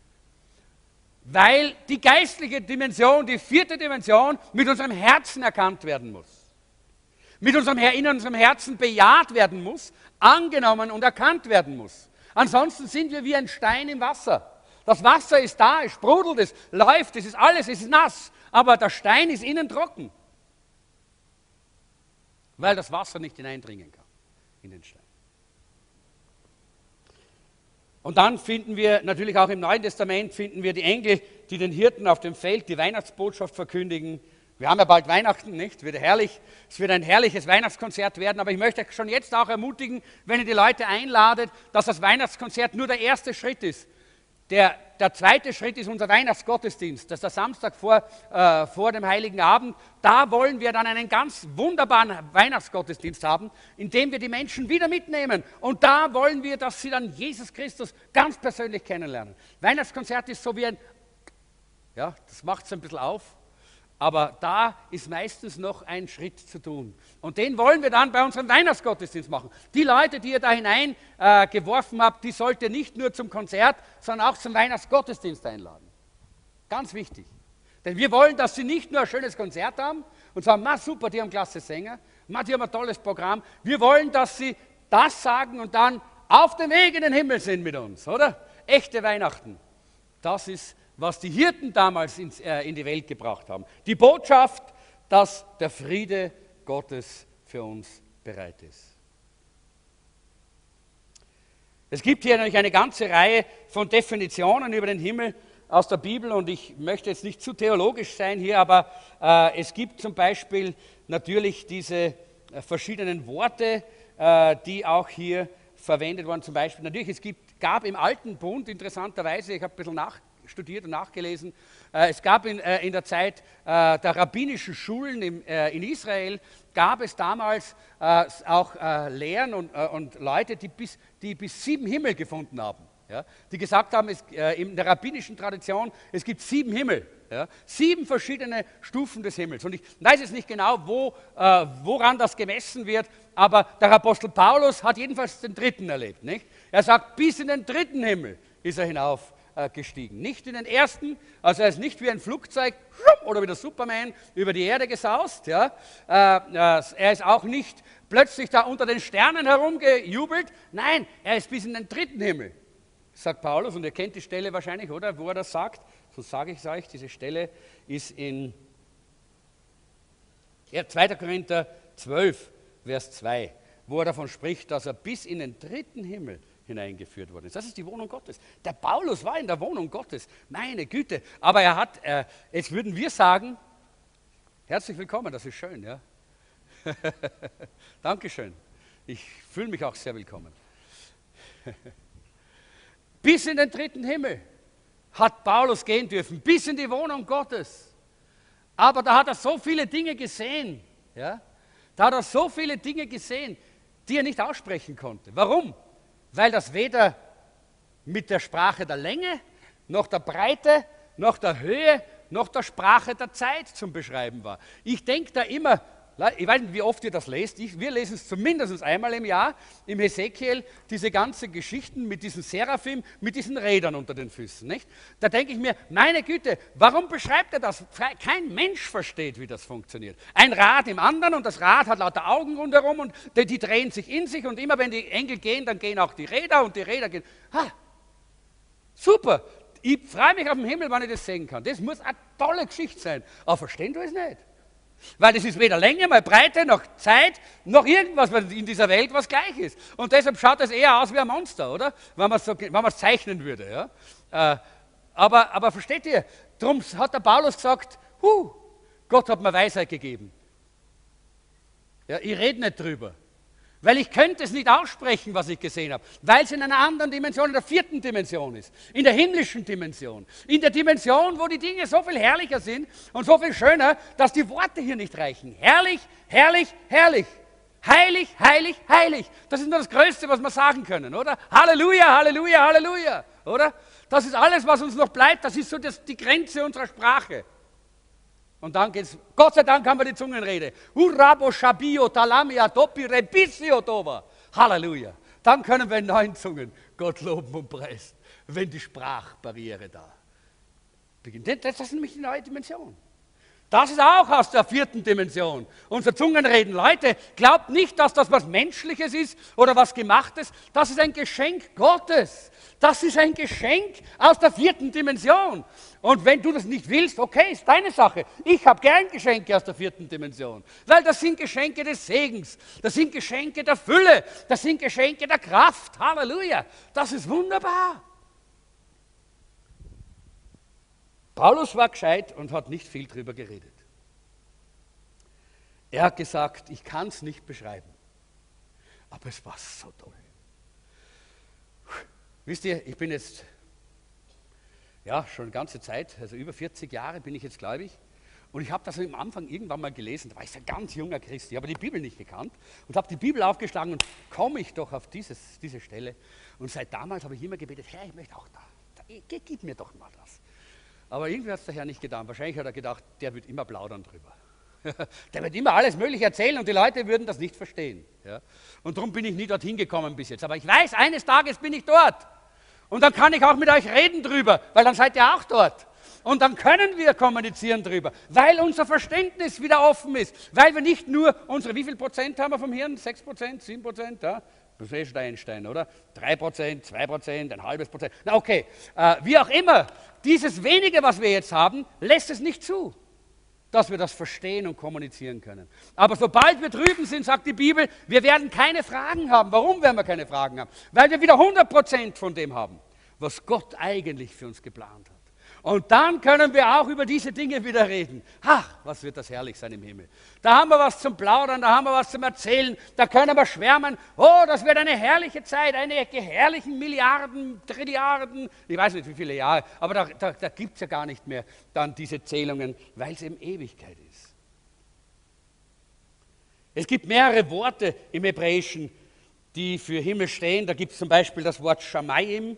Weil die geistliche Dimension, die vierte Dimension, mit unserem Herzen erkannt werden muss. Mit unserem, in unserem Herzen bejaht werden muss, angenommen und erkannt werden muss. Ansonsten sind wir wie ein Stein im Wasser. Das Wasser ist da, es sprudelt, es läuft, es ist alles, es ist nass, aber der Stein ist innen trocken, weil das Wasser nicht hineindringen kann in den Stein. Und dann finden wir natürlich auch im Neuen Testament, finden wir die Engel, die den Hirten auf dem Feld die Weihnachtsbotschaft verkündigen. Wir haben ja bald Weihnachten, nicht? Es wird herrlich, es wird ein herrliches Weihnachtskonzert werden, aber ich möchte euch schon jetzt auch ermutigen, wenn ihr die Leute einladet, dass das Weihnachtskonzert nur der erste Schritt ist. Der, der zweite Schritt ist unser Weihnachtsgottesdienst, das ist der Samstag vor, äh, vor dem Heiligen Abend. Da wollen wir dann einen ganz wunderbaren Weihnachtsgottesdienst haben, in dem wir die Menschen wieder mitnehmen. Und da wollen wir, dass sie dann Jesus Christus ganz persönlich kennenlernen. Weihnachtskonzert ist so wie ein, ja, das macht es ein bisschen auf, aber da ist meistens noch ein Schritt zu tun. Und den wollen wir dann bei unserem Weihnachtsgottesdienst machen. Die Leute, die ihr da hinein äh, geworfen habt, die sollt ihr nicht nur zum Konzert, sondern auch zum Weihnachtsgottesdienst einladen. Ganz wichtig. Denn wir wollen, dass sie nicht nur ein schönes Konzert haben und sagen, na super, die haben klasse Sänger, na, die haben ein tolles Programm. Wir wollen, dass sie das sagen und dann auf dem Weg in den Himmel sind mit uns, oder? Echte Weihnachten. Das ist, was die Hirten damals ins, äh, in die Welt gebracht haben. Die Botschaft, dass der Friede Gottes für uns bereit ist. Es gibt hier natürlich eine ganze Reihe von Definitionen über den Himmel aus der Bibel, und ich möchte jetzt nicht zu theologisch sein hier, aber äh, es gibt zum Beispiel natürlich diese äh, verschiedenen Worte, äh, die auch hier verwendet wurden. Zum Beispiel, natürlich, es gibt, gab im Alten Bund, interessanterweise, ich habe ein bisschen nach nachstudiert und nachgelesen. Äh, es gab in, äh, in der Zeit äh, der rabbinischen Schulen im, äh, in Israel, gab es damals äh, auch äh, Lehren und, äh, und Leute, die bis, die bis sieben Himmel gefunden haben. Ja, die gesagt haben, es, äh, in der rabbinischen Tradition, es gibt sieben Himmel, ja, sieben verschiedene Stufen des Himmels. Und ich weiß jetzt nicht genau, wo, äh, woran das gemessen wird, aber der Apostel Paulus hat jedenfalls den dritten erlebt. Nicht? Er sagt, bis in den dritten Himmel ist er hinaufgestiegen. Äh, nicht in den ersten, also er ist nicht wie ein Flugzeug oder wie der Superman über die Erde gesaust. Ja. Äh, äh, er ist auch nicht plötzlich da unter den Sternen herumgejubelt. Nein, er ist bis in den dritten Himmel, sagt Paulus, und ihr kennt die Stelle wahrscheinlich, oder, wo er das sagt. So sage ich es euch, diese Stelle ist in ja, zweiter Korinther zwölf, Vers zwei, wo er davon spricht, dass er bis in den dritten Himmel hineingeführt worden ist. Das ist die Wohnung Gottes. Der Paulus war in der Wohnung Gottes, meine Güte. Aber er hat, äh, jetzt würden wir sagen, herzlich willkommen, das ist schön, ja. Dankeschön. Ich fühle mich auch sehr willkommen. Bis in den dritten Himmel hat Paulus gehen dürfen, bis in die Wohnung Gottes. Aber da hat er so viele Dinge gesehen, ja? Da hat er so viele Dinge gesehen, die er nicht aussprechen konnte. Warum? Weil das weder mit der Sprache der Länge, noch der Breite, noch der Höhe, noch der Sprache der Zeit zum Beschreiben war. Ich denke da immer, ich weiß nicht, wie oft ihr das lest, ich, wir lesen es zumindest einmal im Jahr im Hesekiel, diese ganzen Geschichten mit diesen Seraphim, mit diesen Rädern unter den Füßen. Nicht? Da denke ich mir, meine Güte, warum beschreibt er das? Kein Mensch versteht, wie das funktioniert. Ein Rad im anderen und das Rad hat lauter Augen rundherum und die, die drehen sich in sich und immer wenn die Engel gehen, dann gehen auch die Räder und die Räder gehen. Ha, super, ich freue mich auf den Himmel, wenn ich das sehen kann. Das muss eine tolle Geschichte sein, aber verstehen du es nicht? Weil das ist weder Länge, noch Breite, noch Zeit, noch irgendwas in dieser Welt, was gleich ist. Und deshalb schaut das eher aus wie ein Monster, oder? Wenn man es so, zeichnen würde. Ja? Äh, aber, aber versteht ihr, darum hat der Paulus gesagt, huh, Gott hat mir Weisheit gegeben. Ja, ich rede nicht drüber. Weil ich könnte es nicht aussprechen, was ich gesehen habe, weil es in einer anderen Dimension, in der vierten Dimension ist, in der himmlischen Dimension, in der Dimension, wo die Dinge so viel herrlicher sind und so viel schöner, dass die Worte hier nicht reichen. Herrlich, herrlich, herrlich. Heilig, heilig, heilig. Das ist nur das Größte, was wir sagen können, oder? Halleluja, Halleluja, Halleluja, oder? Das ist alles, was uns noch bleibt, das ist so das, die Grenze unserer Sprache. Und dann geht's, Gott sei Dank haben wir die Zungenrede. Hurrabo Shabio Talamia Dopi Rebisio Tova. Halleluja. Dann können wir in neuen Zungen Gott loben und preisen, wenn die Sprachbarriere da beginnt. Das ist nämlich die neue Dimension. Das ist auch aus der vierten Dimension. Unser Zungenreden. Leute, glaubt nicht, dass das was Menschliches ist oder was Gemachtes. Das ist ein Geschenk Gottes. Das ist ein Geschenk aus der vierten Dimension. Und wenn du das nicht willst, okay, ist deine Sache. Ich habe gern Geschenke aus der vierten Dimension. Weil das sind Geschenke des Segens. Das sind Geschenke der Fülle. Das sind Geschenke der Kraft. Halleluja. Das ist wunderbar. Paulus war gescheit und hat nicht viel drüber geredet. Er hat gesagt, ich kann es nicht beschreiben, aber es war so toll. Wisst ihr, ich bin jetzt, ja, schon eine ganze Zeit, also über vierzig Jahre bin ich jetzt gläubig und ich habe das am Anfang irgendwann mal gelesen, da war ich ein ganz junger Christ, ich habe die Bibel nicht gekannt und habe die Bibel aufgeschlagen und komme ich doch auf dieses, diese Stelle und seit damals habe ich immer gebetet, Herr, ich möchte auch da, da gib mir doch mal das. Aber irgendwie hat es der Herr nicht getan. Wahrscheinlich hat er gedacht, der wird immer plaudern drüber. Der wird immer alles Mögliche erzählen und die Leute würden das nicht verstehen. Ja? Und darum bin ich nie dorthin gekommen bis jetzt. Aber ich weiß, eines Tages bin ich dort. Und dann kann ich auch mit euch reden drüber, weil dann seid ihr auch dort. Und dann können wir kommunizieren drüber, weil unser Verständnis wieder offen ist. Weil wir nicht nur unsere, wie viel Prozent haben wir vom Hirn? sechs Prozent, sieben Prozent? Ja? Das ist eh schon Einstein, oder? drei Prozent, zwei Prozent, ein halbes Prozent. Na okay, äh, wie auch immer, dieses wenige, was wir jetzt haben, lässt es nicht zu, dass wir das verstehen und kommunizieren können. Aber sobald wir drüben sind, sagt die Bibel, wir werden keine Fragen haben. Warum werden wir keine Fragen haben? Weil wir wieder hundert Prozent von dem haben, was Gott eigentlich für uns geplant hat. Und dann können wir auch über diese Dinge wieder reden. Ach, was wird das herrlich sein im Himmel. Da haben wir was zum Plaudern, da haben wir was zum Erzählen, da können wir schwärmen. Oh, das wird eine herrliche Zeit, eine herrlichen Milliarden, Trilliarden, ich weiß nicht wie viele Jahre, aber da, da, da gibt es ja gar nicht mehr dann diese Zählungen, weil es eben Ewigkeit ist. Es gibt mehrere Worte im Hebräischen, die für Himmel stehen. Da gibt es zum Beispiel das Wort Shamayim.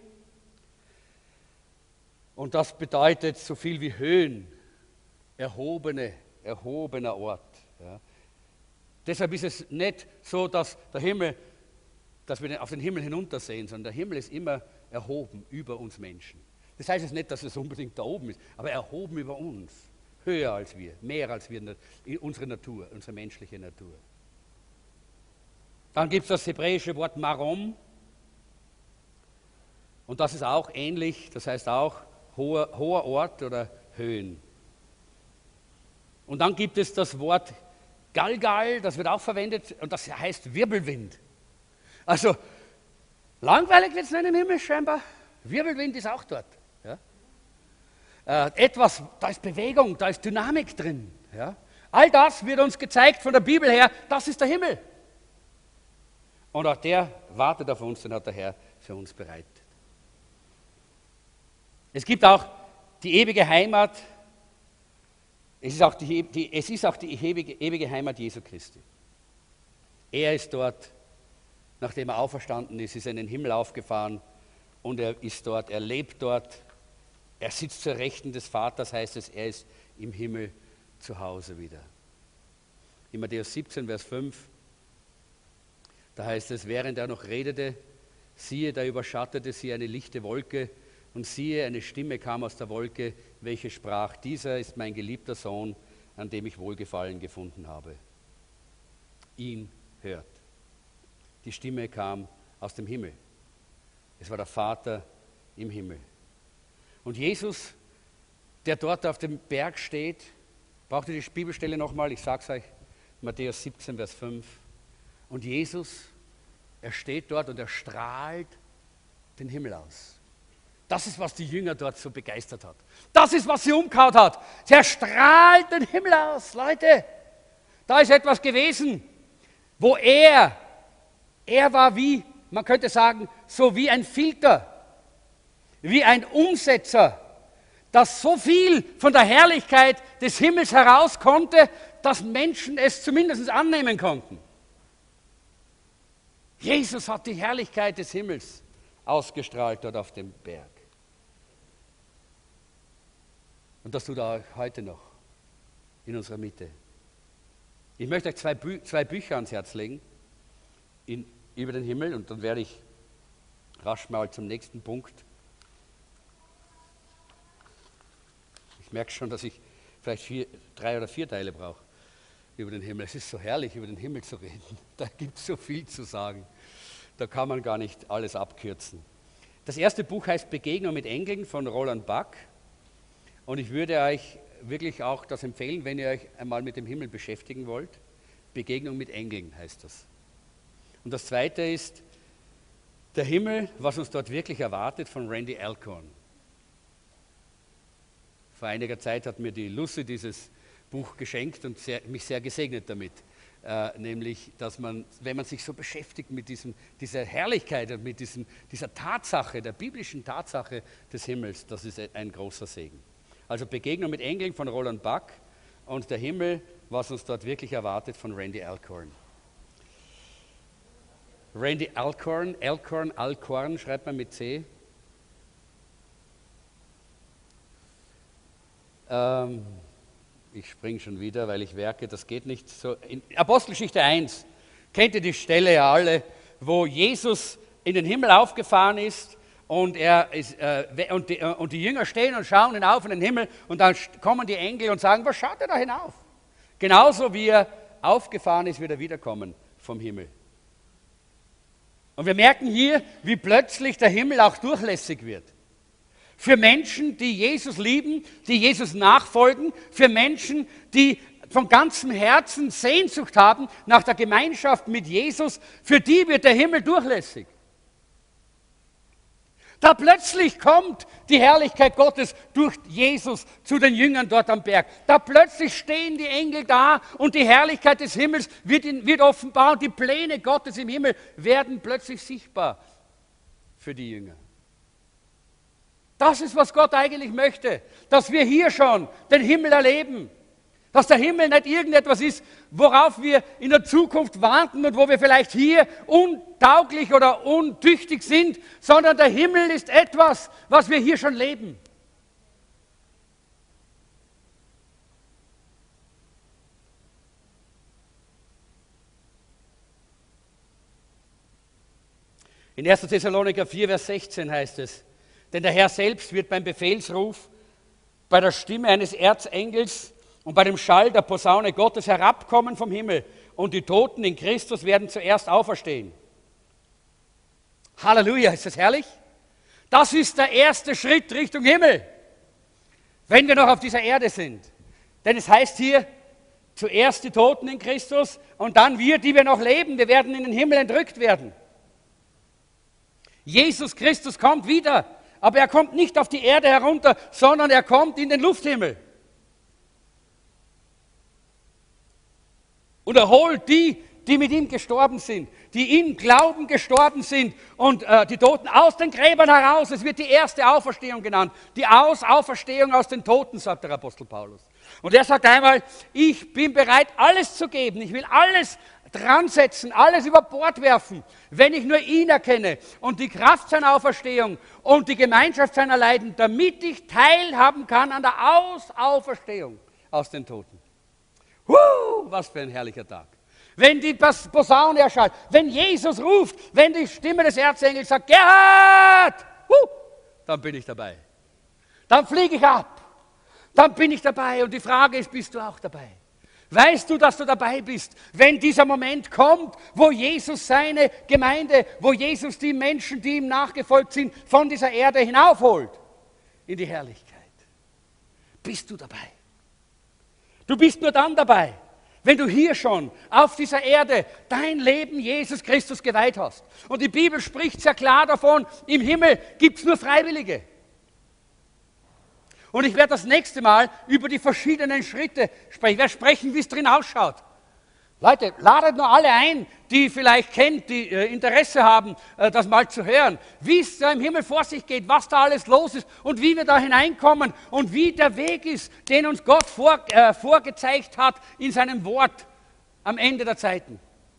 Und das bedeutet so viel wie Höhen, erhobene, erhobener Ort. Ja. Deshalb ist es nicht so, dass der Himmel, dass wir auf den Himmel hinuntersehen, sondern der Himmel ist immer erhoben über uns Menschen. Das heißt jetzt nicht, dass es unbedingt da oben ist, aber erhoben über uns, höher als wir, mehr als wir, in unsere Natur, unsere menschliche Natur. Dann gibt es das hebräische Wort Marom. Und das ist auch ähnlich, das heißt auch hoher, hoher Ort oder Höhen. Und dann gibt es das Wort Galgal, das wird auch verwendet und das heißt Wirbelwind. Also langweilig wird es nicht im Himmel scheinbar, Wirbelwind ist auch dort. Ja? Äh, etwas, da ist Bewegung, da ist Dynamik drin. Ja? All das wird uns gezeigt von der Bibel her, das ist der Himmel. Und auch der wartet auf uns, den hat der Herr für uns bereitet. Es gibt auch die ewige Heimat, es ist auch die, die, es ist auch die ewige, ewige Heimat Jesu Christi. Er ist dort, nachdem er auferstanden ist, ist er in den Himmel aufgefahren und er ist dort, er lebt dort, er sitzt zur Rechten des Vaters, heißt es, er ist im Himmel zu Hause wieder. In Matthäus siebzehn, Vers fünf, da heißt es, während er noch redete, siehe, da überschattete sie eine lichte Wolke, und siehe, eine Stimme kam aus der Wolke, welche sprach, dieser ist mein geliebter Sohn, an dem ich Wohlgefallen gefunden habe. Ihn hört. Die Stimme kam aus dem Himmel. Es war der Vater im Himmel. Und Jesus, der dort auf dem Berg steht, braucht ihr die Bibelstelle nochmal, ich sage es euch, Matthäus siebzehn, Vers fünf. Und Jesus, er steht dort und er strahlt den Himmel aus. Das ist, was die Jünger dort so begeistert hat. Das ist, was sie umgehauen hat. Er strahlt den Himmel aus, Leute. Da ist etwas gewesen, wo er, er war wie, man könnte sagen, so wie ein Filter, wie ein Umsetzer, dass so viel von der Herrlichkeit des Himmels heraus konnte, dass Menschen es zumindest annehmen konnten. Jesus hat die Herrlichkeit des Himmels ausgestrahlt dort auf dem Berg. Und das tut er auch heute noch in unserer Mitte. Ich möchte euch zwei, Bü- zwei Bücher ans Herz legen in, über den Himmel und dann werde ich rasch mal zum nächsten Punkt. Ich merke schon, dass ich vielleicht vier, drei oder vier Teile brauche über den Himmel. Es ist so herrlich, über den Himmel zu reden. Da gibt es so viel zu sagen. Da kann man gar nicht alles abkürzen. Das erste Buch heißt Begegnung mit Engeln von Roland Buck. Und ich würde euch wirklich auch das empfehlen, wenn ihr euch einmal mit dem Himmel beschäftigen wollt. Begegnung mit Engeln heißt das. Und das zweite ist Der Himmel, was uns dort wirklich erwartet, von Randy Alcorn. Vor einiger Zeit hat mir die Lucy dieses Buch geschenkt und sehr, mich sehr gesegnet damit. Äh, nämlich, dass man, wenn man sich so beschäftigt mit diesem, dieser Herrlichkeit und mit diesem, dieser Tatsache, der biblischen Tatsache des Himmels, das ist ein großer Segen. Also Begegnung mit Engeln von Roland Buck und Der Himmel, was uns dort wirklich erwartet, von Randy Alcorn. Randy Alcorn, Alcorn, Alcorn schreibt man mit C. Ähm, ich springe schon wieder, weil ich werke, das geht nicht so. In Apostelgeschichte eins, kennt ihr die Stelle ja alle, wo Jesus in den Himmel aufgefahren ist und, er ist, äh, und, die, und die Jünger stehen und schauen hinauf in den Himmel und dann kommen die Engel und sagen, was schaut ihr da hinauf? Genauso wie er aufgefahren ist, wird er wiederkommen vom Himmel. Und wir merken hier, wie plötzlich der Himmel auch durchlässig wird. Für Menschen, die Jesus lieben, die Jesus nachfolgen, für Menschen, die von ganzem Herzen Sehnsucht haben nach der Gemeinschaft mit Jesus, für die wird der Himmel durchlässig. Da plötzlich kommt die Herrlichkeit Gottes durch Jesus zu den Jüngern dort am Berg. Da plötzlich stehen die Engel da und die Herrlichkeit des Himmels wird, in, wird offenbar und die Pläne Gottes im Himmel werden plötzlich sichtbar für die Jünger. Das ist, was Gott eigentlich möchte, dass wir hier schon den Himmel erleben. Dass der Himmel nicht irgendetwas ist, worauf wir in der Zukunft warten und wo wir vielleicht hier untauglich oder untüchtig sind, sondern der Himmel ist etwas, was wir hier schon leben. In erster Thessaloniker vier, Vers sechzehn heißt es, denn der Herr selbst wird beim Befehlsruf, bei der Stimme eines Erzengels und bei dem Schall der Posaune Gottes herabkommen vom Himmel und die Toten in Christus werden zuerst auferstehen. Halleluja, ist das herrlich? Das ist der erste Schritt Richtung Himmel, wenn wir noch auf dieser Erde sind. Denn es heißt hier, zuerst die Toten in Christus und dann wir, die wir noch leben, wir werden in den Himmel entrückt werden. Jesus Christus kommt wieder, aber er kommt nicht auf die Erde herunter, sondern er kommt in den Lufthimmel. Und er holt die, die mit ihm gestorben sind, die im Glauben gestorben sind und äh, die Toten aus den Gräbern heraus. Es wird die erste Auferstehung genannt, die aus Auferstehung aus den Toten, sagt der Apostel Paulus. Und er sagt einmal, ich bin bereit, alles zu geben, ich will alles dran setzen, alles über Bord werfen, wenn ich nur ihn erkenne und die Kraft seiner Auferstehung und die Gemeinschaft seiner Leiden, damit ich teilhaben kann an der Aus-Auferstehung aus den Toten. Huh, was für ein herrlicher Tag. Wenn die Posaune erschallt, wenn Jesus ruft, wenn die Stimme des Erzengels sagt, Gerhard, huh, dann bin ich dabei. Dann fliege ich ab. Dann bin ich dabei. Und die Frage ist, bist du auch dabei? Weißt du, dass du dabei bist, wenn dieser Moment kommt, wo Jesus seine Gemeinde, wo Jesus die Menschen, die ihm nachgefolgt sind, von dieser Erde hinaufholt in die Herrlichkeit? Bist du dabei? Du bist nur dann dabei, wenn du hier schon auf dieser Erde dein Leben Jesus Christus geweiht hast. Und die Bibel spricht sehr klar davon, im Himmel gibt es nur Freiwillige. Und ich werde das nächste Mal über die verschiedenen Schritte sprechen. Ich werde sprechen, wie es drin ausschaut. Leute, ladet nur alle ein, die vielleicht kennt, die äh, Interesse haben, äh, das mal zu hören, wie es da im Himmel vor sich geht, was da alles los ist und wie wir da hineinkommen und wie der Weg ist, den uns Gott vor, äh, vorgezeigt hat in seinem Wort am Ende der Zeiten.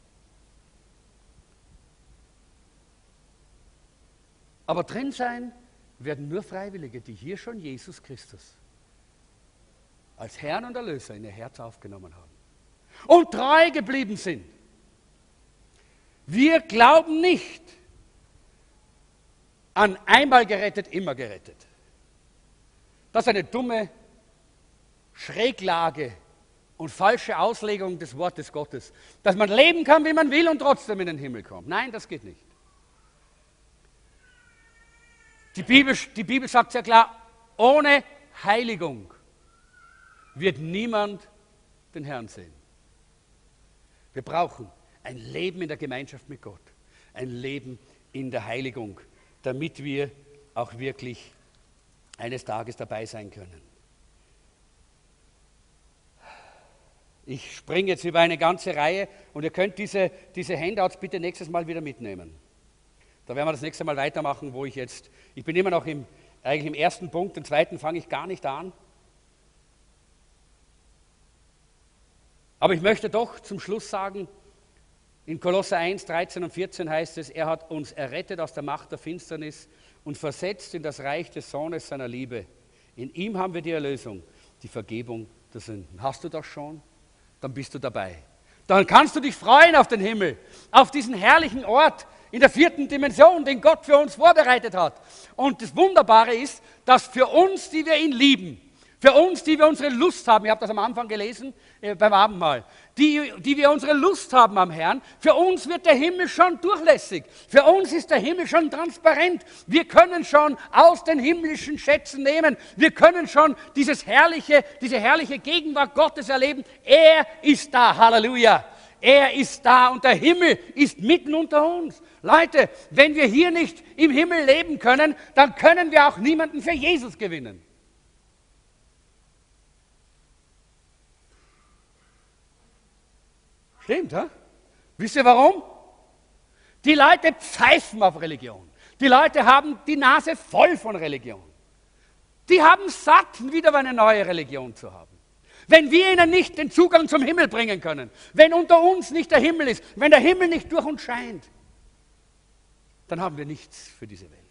Aber drin sein werden nur Freiwillige, die hier schon Jesus Christus als Herrn und Erlöser in ihr Herz aufgenommen haben und treu geblieben sind. Wir glauben nicht an einmal gerettet, immer gerettet. Das ist eine dumme Schräglage und falsche Auslegung des Wortes Gottes, dass man leben kann, wie man will und trotzdem in den Himmel kommt. Nein, das geht nicht. Die Bibel, die Bibel sagt sehr klar, ohne Heiligung wird niemand den Herrn sehen. Wir brauchen ein Leben in der Gemeinschaft mit Gott, ein Leben in der Heiligung, damit wir auch wirklich eines Tages dabei sein können. Ich springe jetzt über eine ganze Reihe und ihr könnt diese, diese Handouts bitte nächstes Mal wieder mitnehmen. Da werden wir das nächste Mal weitermachen, wo ich jetzt, ich bin immer noch im, eigentlich im ersten Punkt, den zweiten fange ich gar nicht an. Aber ich möchte doch zum Schluss sagen, in Kolosser eins, dreizehn und vierzehn heißt es, er hat uns errettet aus der Macht der Finsternis und versetzt in das Reich des Sohnes seiner Liebe. In ihm haben wir die Erlösung, die Vergebung der Sünden. Hast du das schon? Dann bist du dabei. Dann kannst du dich freuen auf den Himmel, auf diesen herrlichen Ort in der vierten Dimension, den Gott für uns vorbereitet hat. Und das Wunderbare ist, dass für uns, die wir ihn lieben, für uns, die wir unsere Lust haben, ich habe das am Anfang gelesen äh, beim Abendmahl, die, die wir unsere Lust haben am Herrn, für uns wird der Himmel schon durchlässig. Für uns ist der Himmel schon transparent. Wir können schon aus den himmlischen Schätzen nehmen. Wir können schon dieses herrliche, diese herrliche Gegenwart Gottes erleben. Er ist da, Halleluja. Er ist da und der Himmel ist mitten unter uns. Leute, wenn wir hier nicht im Himmel leben können, dann können wir auch niemanden für Jesus gewinnen. Stimmt, ja? Wisst ihr warum? Die Leute pfeifen auf Religion. Die Leute haben die Nase voll von Religion. Die haben satt, wieder eine neue Religion zu haben. Wenn wir ihnen nicht den Zugang zum Himmel bringen können, wenn unter uns nicht der Himmel ist, wenn der Himmel nicht durch uns scheint, dann haben wir nichts für diese Welt.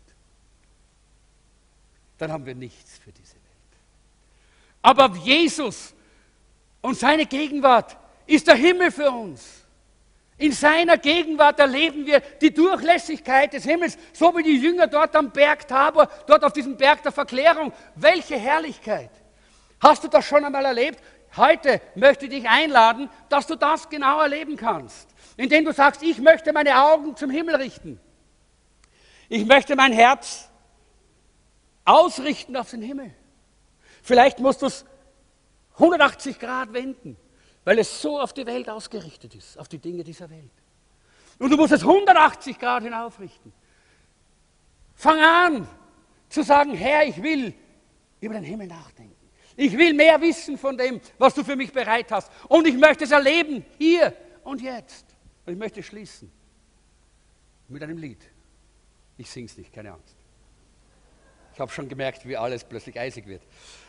Dann haben wir nichts für diese Welt. Aber Jesus und seine Gegenwart ist der Himmel für uns. In seiner Gegenwart erleben wir die Durchlässigkeit des Himmels, so wie die Jünger dort am Berg Tabor, dort auf diesem Berg der Verklärung. Welche Herrlichkeit! Hast du das schon einmal erlebt? Heute möchte ich dich einladen, dass du das genau erleben kannst, indem du sagst, ich möchte meine Augen zum Himmel richten. Ich möchte mein Herz ausrichten auf den Himmel. Vielleicht musst du es hundertachtzig Grad wenden, weil es so auf die Welt ausgerichtet ist, auf die Dinge dieser Welt. Und du musst es hundertachtzig Grad hinaufrichten. Fang an zu sagen, Herr, ich will über den Himmel nachdenken. Ich will mehr wissen von dem, was du für mich bereit hast. Und ich möchte es erleben, hier und jetzt. Und ich möchte schließen mit einem Lied. Ich singe es nicht, keine Angst. Ich habe schon gemerkt, wie alles plötzlich eisig wird.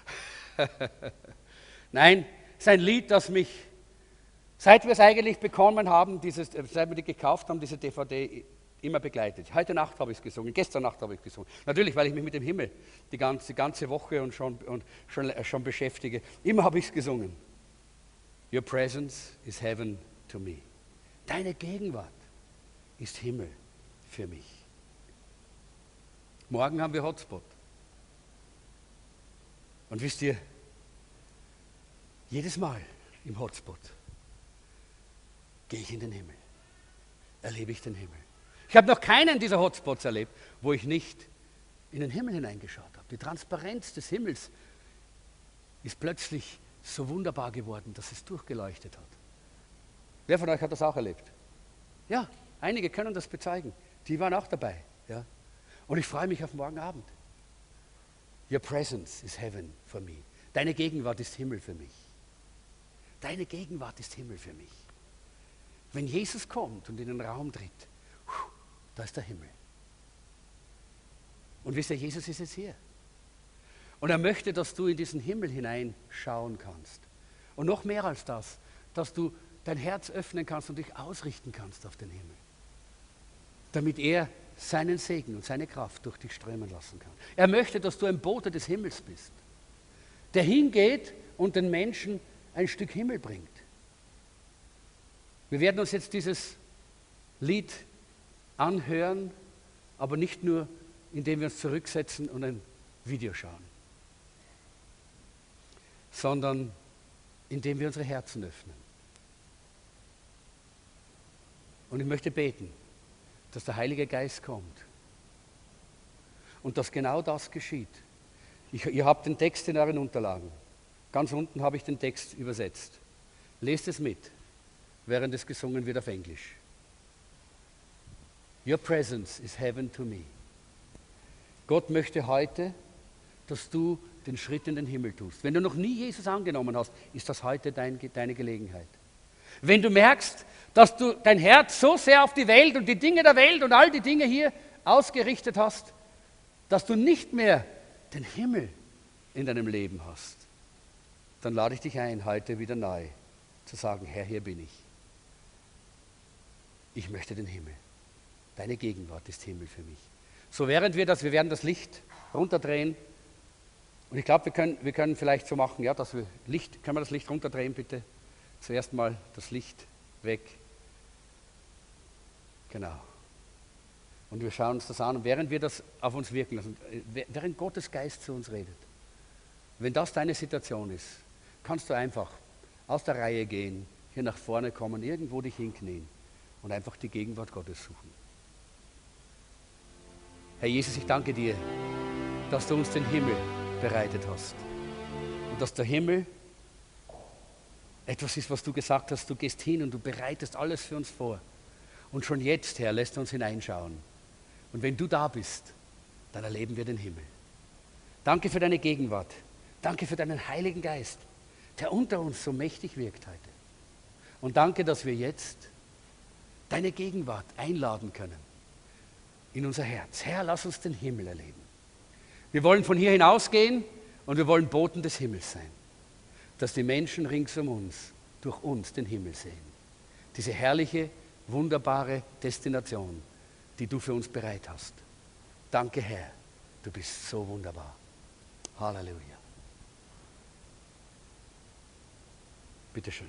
Nein, es ist ein Lied, das mich, seit wir es eigentlich bekommen haben, dieses, seit wir die gekauft haben, diese D V D, immer begleitet. Heute Nacht habe ich es gesungen, gestern Nacht habe ich es gesungen. Natürlich, weil ich mich mit dem Himmel die ganze, die ganze Woche und schon, und schon, äh, schon beschäftige. Immer habe ich es gesungen. Your presence is heaven to me. Deine Gegenwart ist Himmel für mich. Morgen haben wir Hotspot. Und wisst ihr, jedes Mal im Hotspot gehe ich in den Himmel, erlebe ich den Himmel. Ich habe noch keinen dieser Hotspots erlebt, wo ich nicht in den Himmel hineingeschaut habe. Die Transparenz des Himmels ist plötzlich so wunderbar geworden, dass es durchgeleuchtet hat. Wer von euch hat das auch erlebt? Ja, einige können das bezeugen. Die waren auch dabei. Ja? Und ich freue mich auf morgen Abend. Your presence is heaven for me. Deine Gegenwart ist Himmel für mich. Deine Gegenwart ist Himmel für mich. Wenn Jesus kommt und in den Raum tritt, da ist der Himmel. Und wisst ihr, Jesus ist jetzt hier. Und er möchte, dass du in diesen Himmel hineinschauen kannst. Und noch mehr als das, dass du dein Herz öffnen kannst und dich ausrichten kannst auf den Himmel. Damit er seinen Segen und seine Kraft durch dich strömen lassen kann. Er möchte, dass du ein Bote des Himmels bist, der hingeht und den Menschen ein Stück Himmel bringt. Wir werden uns jetzt dieses Lied anhören, aber nicht nur, indem wir uns zurücksetzen und ein Video schauen, sondern indem wir unsere Herzen öffnen. Und ich möchte beten, dass der Heilige Geist kommt und dass genau das geschieht. Ich, ihr habt den Text in euren Unterlagen. Ganz unten habe ich den Text übersetzt. Lest es mit, während es gesungen wird auf Englisch. Your presence is heaven to me. Gott möchte heute, dass du den Schritt in den Himmel tust. Wenn du noch nie Jesus angenommen hast, ist das heute dein, deine Gelegenheit. Wenn du merkst, dass du dein Herz so sehr auf die Welt und die Dinge der Welt und all die Dinge hier ausgerichtet hast, dass du nicht mehr den Himmel in deinem Leben hast, dann lade ich dich ein, heute wieder neu zu sagen, Herr, hier bin ich. Ich möchte den Himmel. Deine Gegenwart ist Himmel für mich. So während wir das, wir werden das Licht runterdrehen. Und ich glaube, wir können, wir können vielleicht so machen, ja, dass wir Licht, können wir das Licht runterdrehen, bitte? Zuerst mal das Licht weg. Genau. Und wir schauen uns das an. Und während wir das auf uns wirken lassen, während Gottes Geist zu uns redet, wenn das deine Situation ist, kannst du einfach aus der Reihe gehen, hier nach vorne kommen, irgendwo dich hinknien und einfach die Gegenwart Gottes suchen. Herr Jesus, ich danke dir, dass du uns den Himmel bereitet hast und dass der Himmel etwas ist, was du gesagt hast, du gehst hin und du bereitest alles für uns vor. Und schon jetzt, Herr, lässt uns hineinschauen. Und wenn du da bist, dann erleben wir den Himmel. Danke für deine Gegenwart. Danke für deinen Heiligen Geist, der unter uns so mächtig wirkt heute. Und danke, dass wir jetzt deine Gegenwart einladen können in unser Herz. Herr, lass uns den Himmel erleben. Wir wollen von hier hinausgehen und wir wollen Boten des Himmels sein, dass die Menschen rings um uns durch uns den Himmel sehen. Diese herrliche, wunderbare Destination, die du für uns bereit hast. Danke, Herr, du bist so wunderbar. Halleluja. Bitte schön.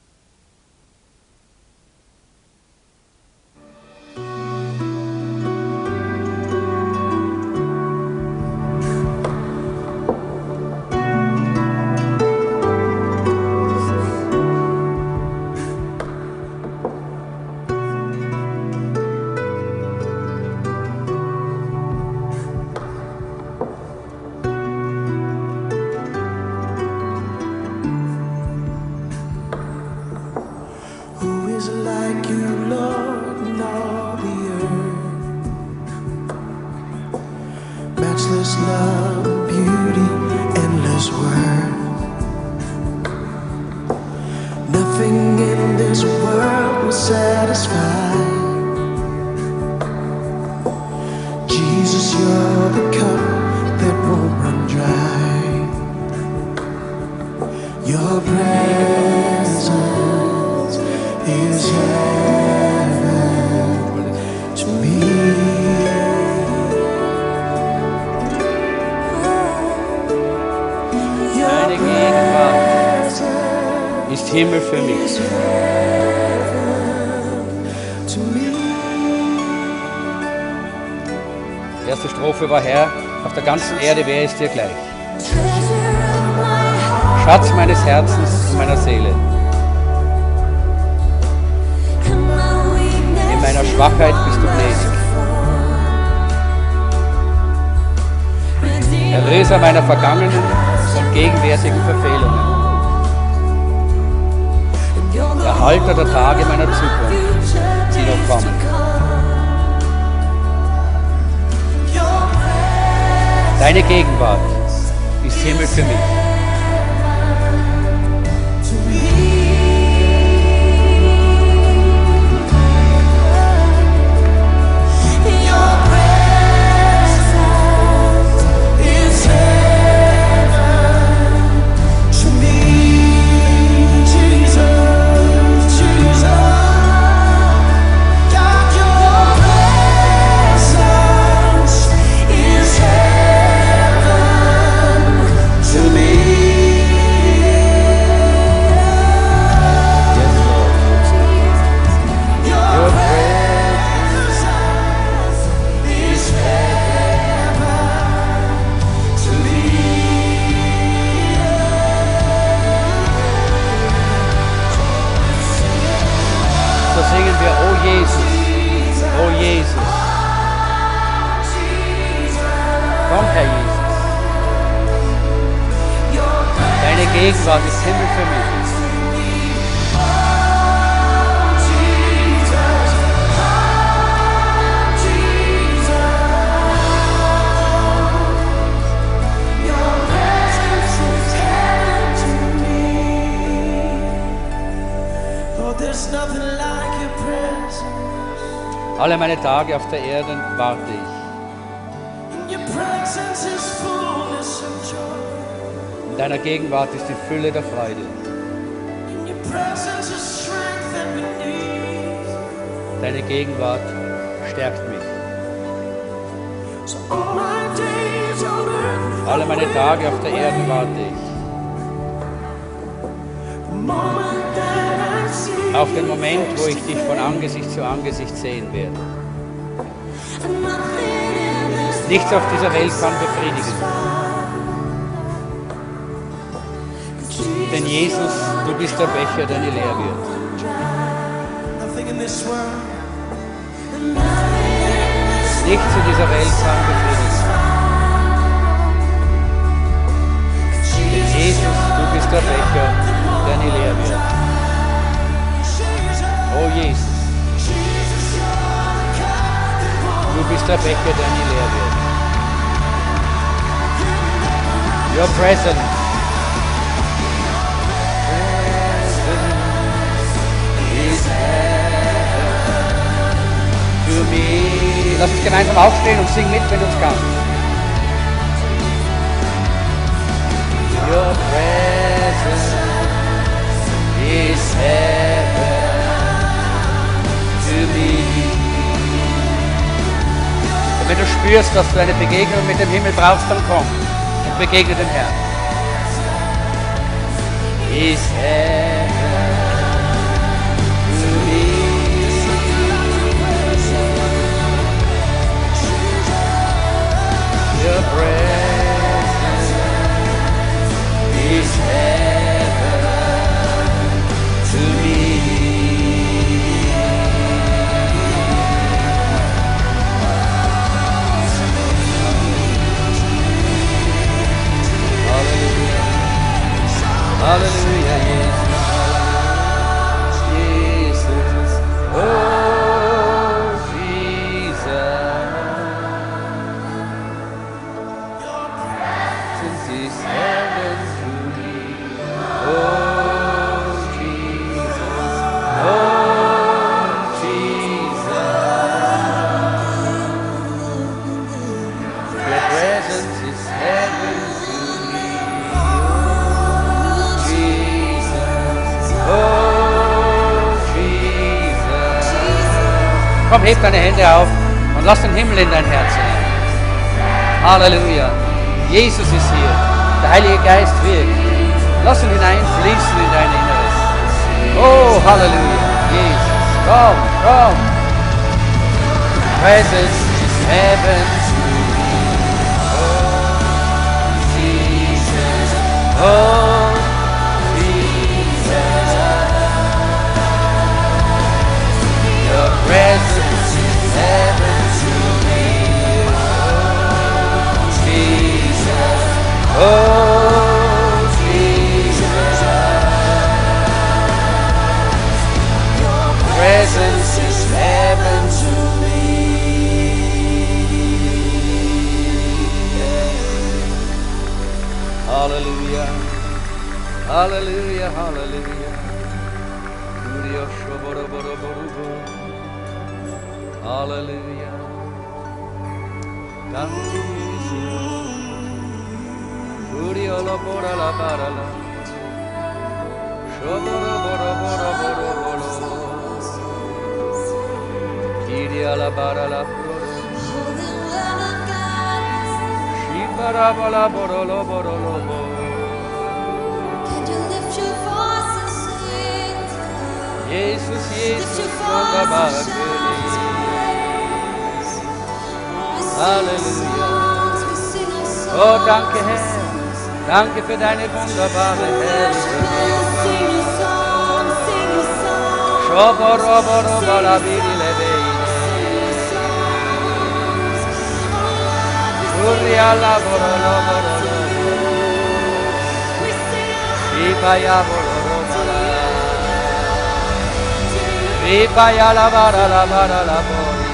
Himmel für mich. Die erste Strophe war: Herr, auf der ganzen Erde, wer ist dir gleich? Schatz meines Herzens und meiner Seele. In meiner Schwachheit bist du gnädig. Erlöser meiner vergangenen und gegenwärtigen Verfehlungen. Erhalter der Tage meiner Zukunft, die noch kommen. Deine Gegenwart ist Himmel für mich. Gegenwart ist Himmel für mich. Alle meine Tage auf der Erde warte ich. In deiner Gegenwart ist die Fülle der Freude. Deine Gegenwart stärkt mich. Alle meine Tage auf der Erde warte ich. Auf den Moment, wo ich dich von Angesicht zu Angesicht sehen werde. Nichts auf dieser Welt kann befriedigen. Denn Jesus, du bist der Becher, der nie leer wird. Nichts in dieser Welt kann befriedigen. Denn Jesus, du bist der Becher, der nie leer wird. Oh Jesus, du bist der Becher, der nie leer wird. Your presence. Lass uns gemeinsam aufstehen und sing mit, wenn du es kannst. Your presence is heaven to me. Und wenn du spürst, dass du eine Begegnung mit dem Himmel brauchst, dann komm und begegne dem Herrn. Is heaven to me. Your presence is heaven to me. Hallelujah, hallelujah, Jesus, Jesus, oh Jesus. Is heaven to me, oh Jesus, oh Jesus. Your presence is heaven to me, oh Jesus, oh Jesus. Komm, heb deine Hände auf und lass den Himmel in dein Herz hinein. Halleluja. Jesus ist hier, der Heilige Geist wirkt. Lass ihn hineinfließen in dein Inneres. Oh, Halleluja, Jesus, komm, komm. Presence is heaven to me. Oh, Jesus, oh, Jesus. Your presence is heaven to me. Oh, Jesus, your presence is heaven to me. Hallelujah, hallelujah, hallelujah. Hallelujah. Danke, Jesus. Uri ala bora la bara la, shobora bora bora bora bora, kiri ala bara la bora, shibara bala bora lo bora lo bora. Can you lift your voice and sing? Jesus, Jesus, sonda bakeli. Halleluja. Oh, danke Herr. Danke für deine wunderbare Herrlichkeit. Shoboroborobalabirilebeine. Urialaboroloborolo. Shibayaborolobala. Shibayalabaralabaralabori.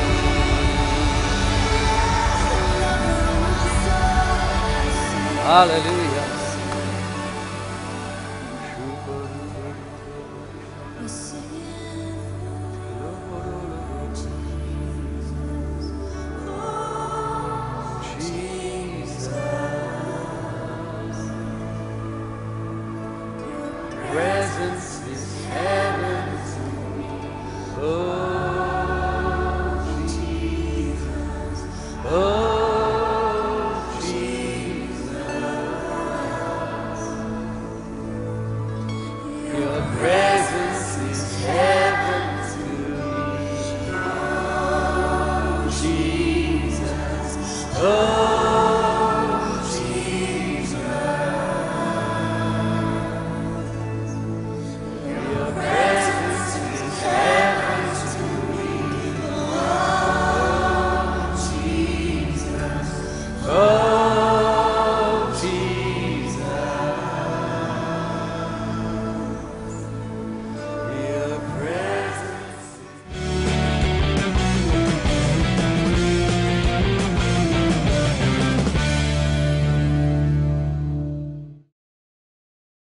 Hallelujah. Jesus. Presence is heaven to me. Oh, Jesus. Oh. Presence is heaven to me, oh, Jesus. Oh.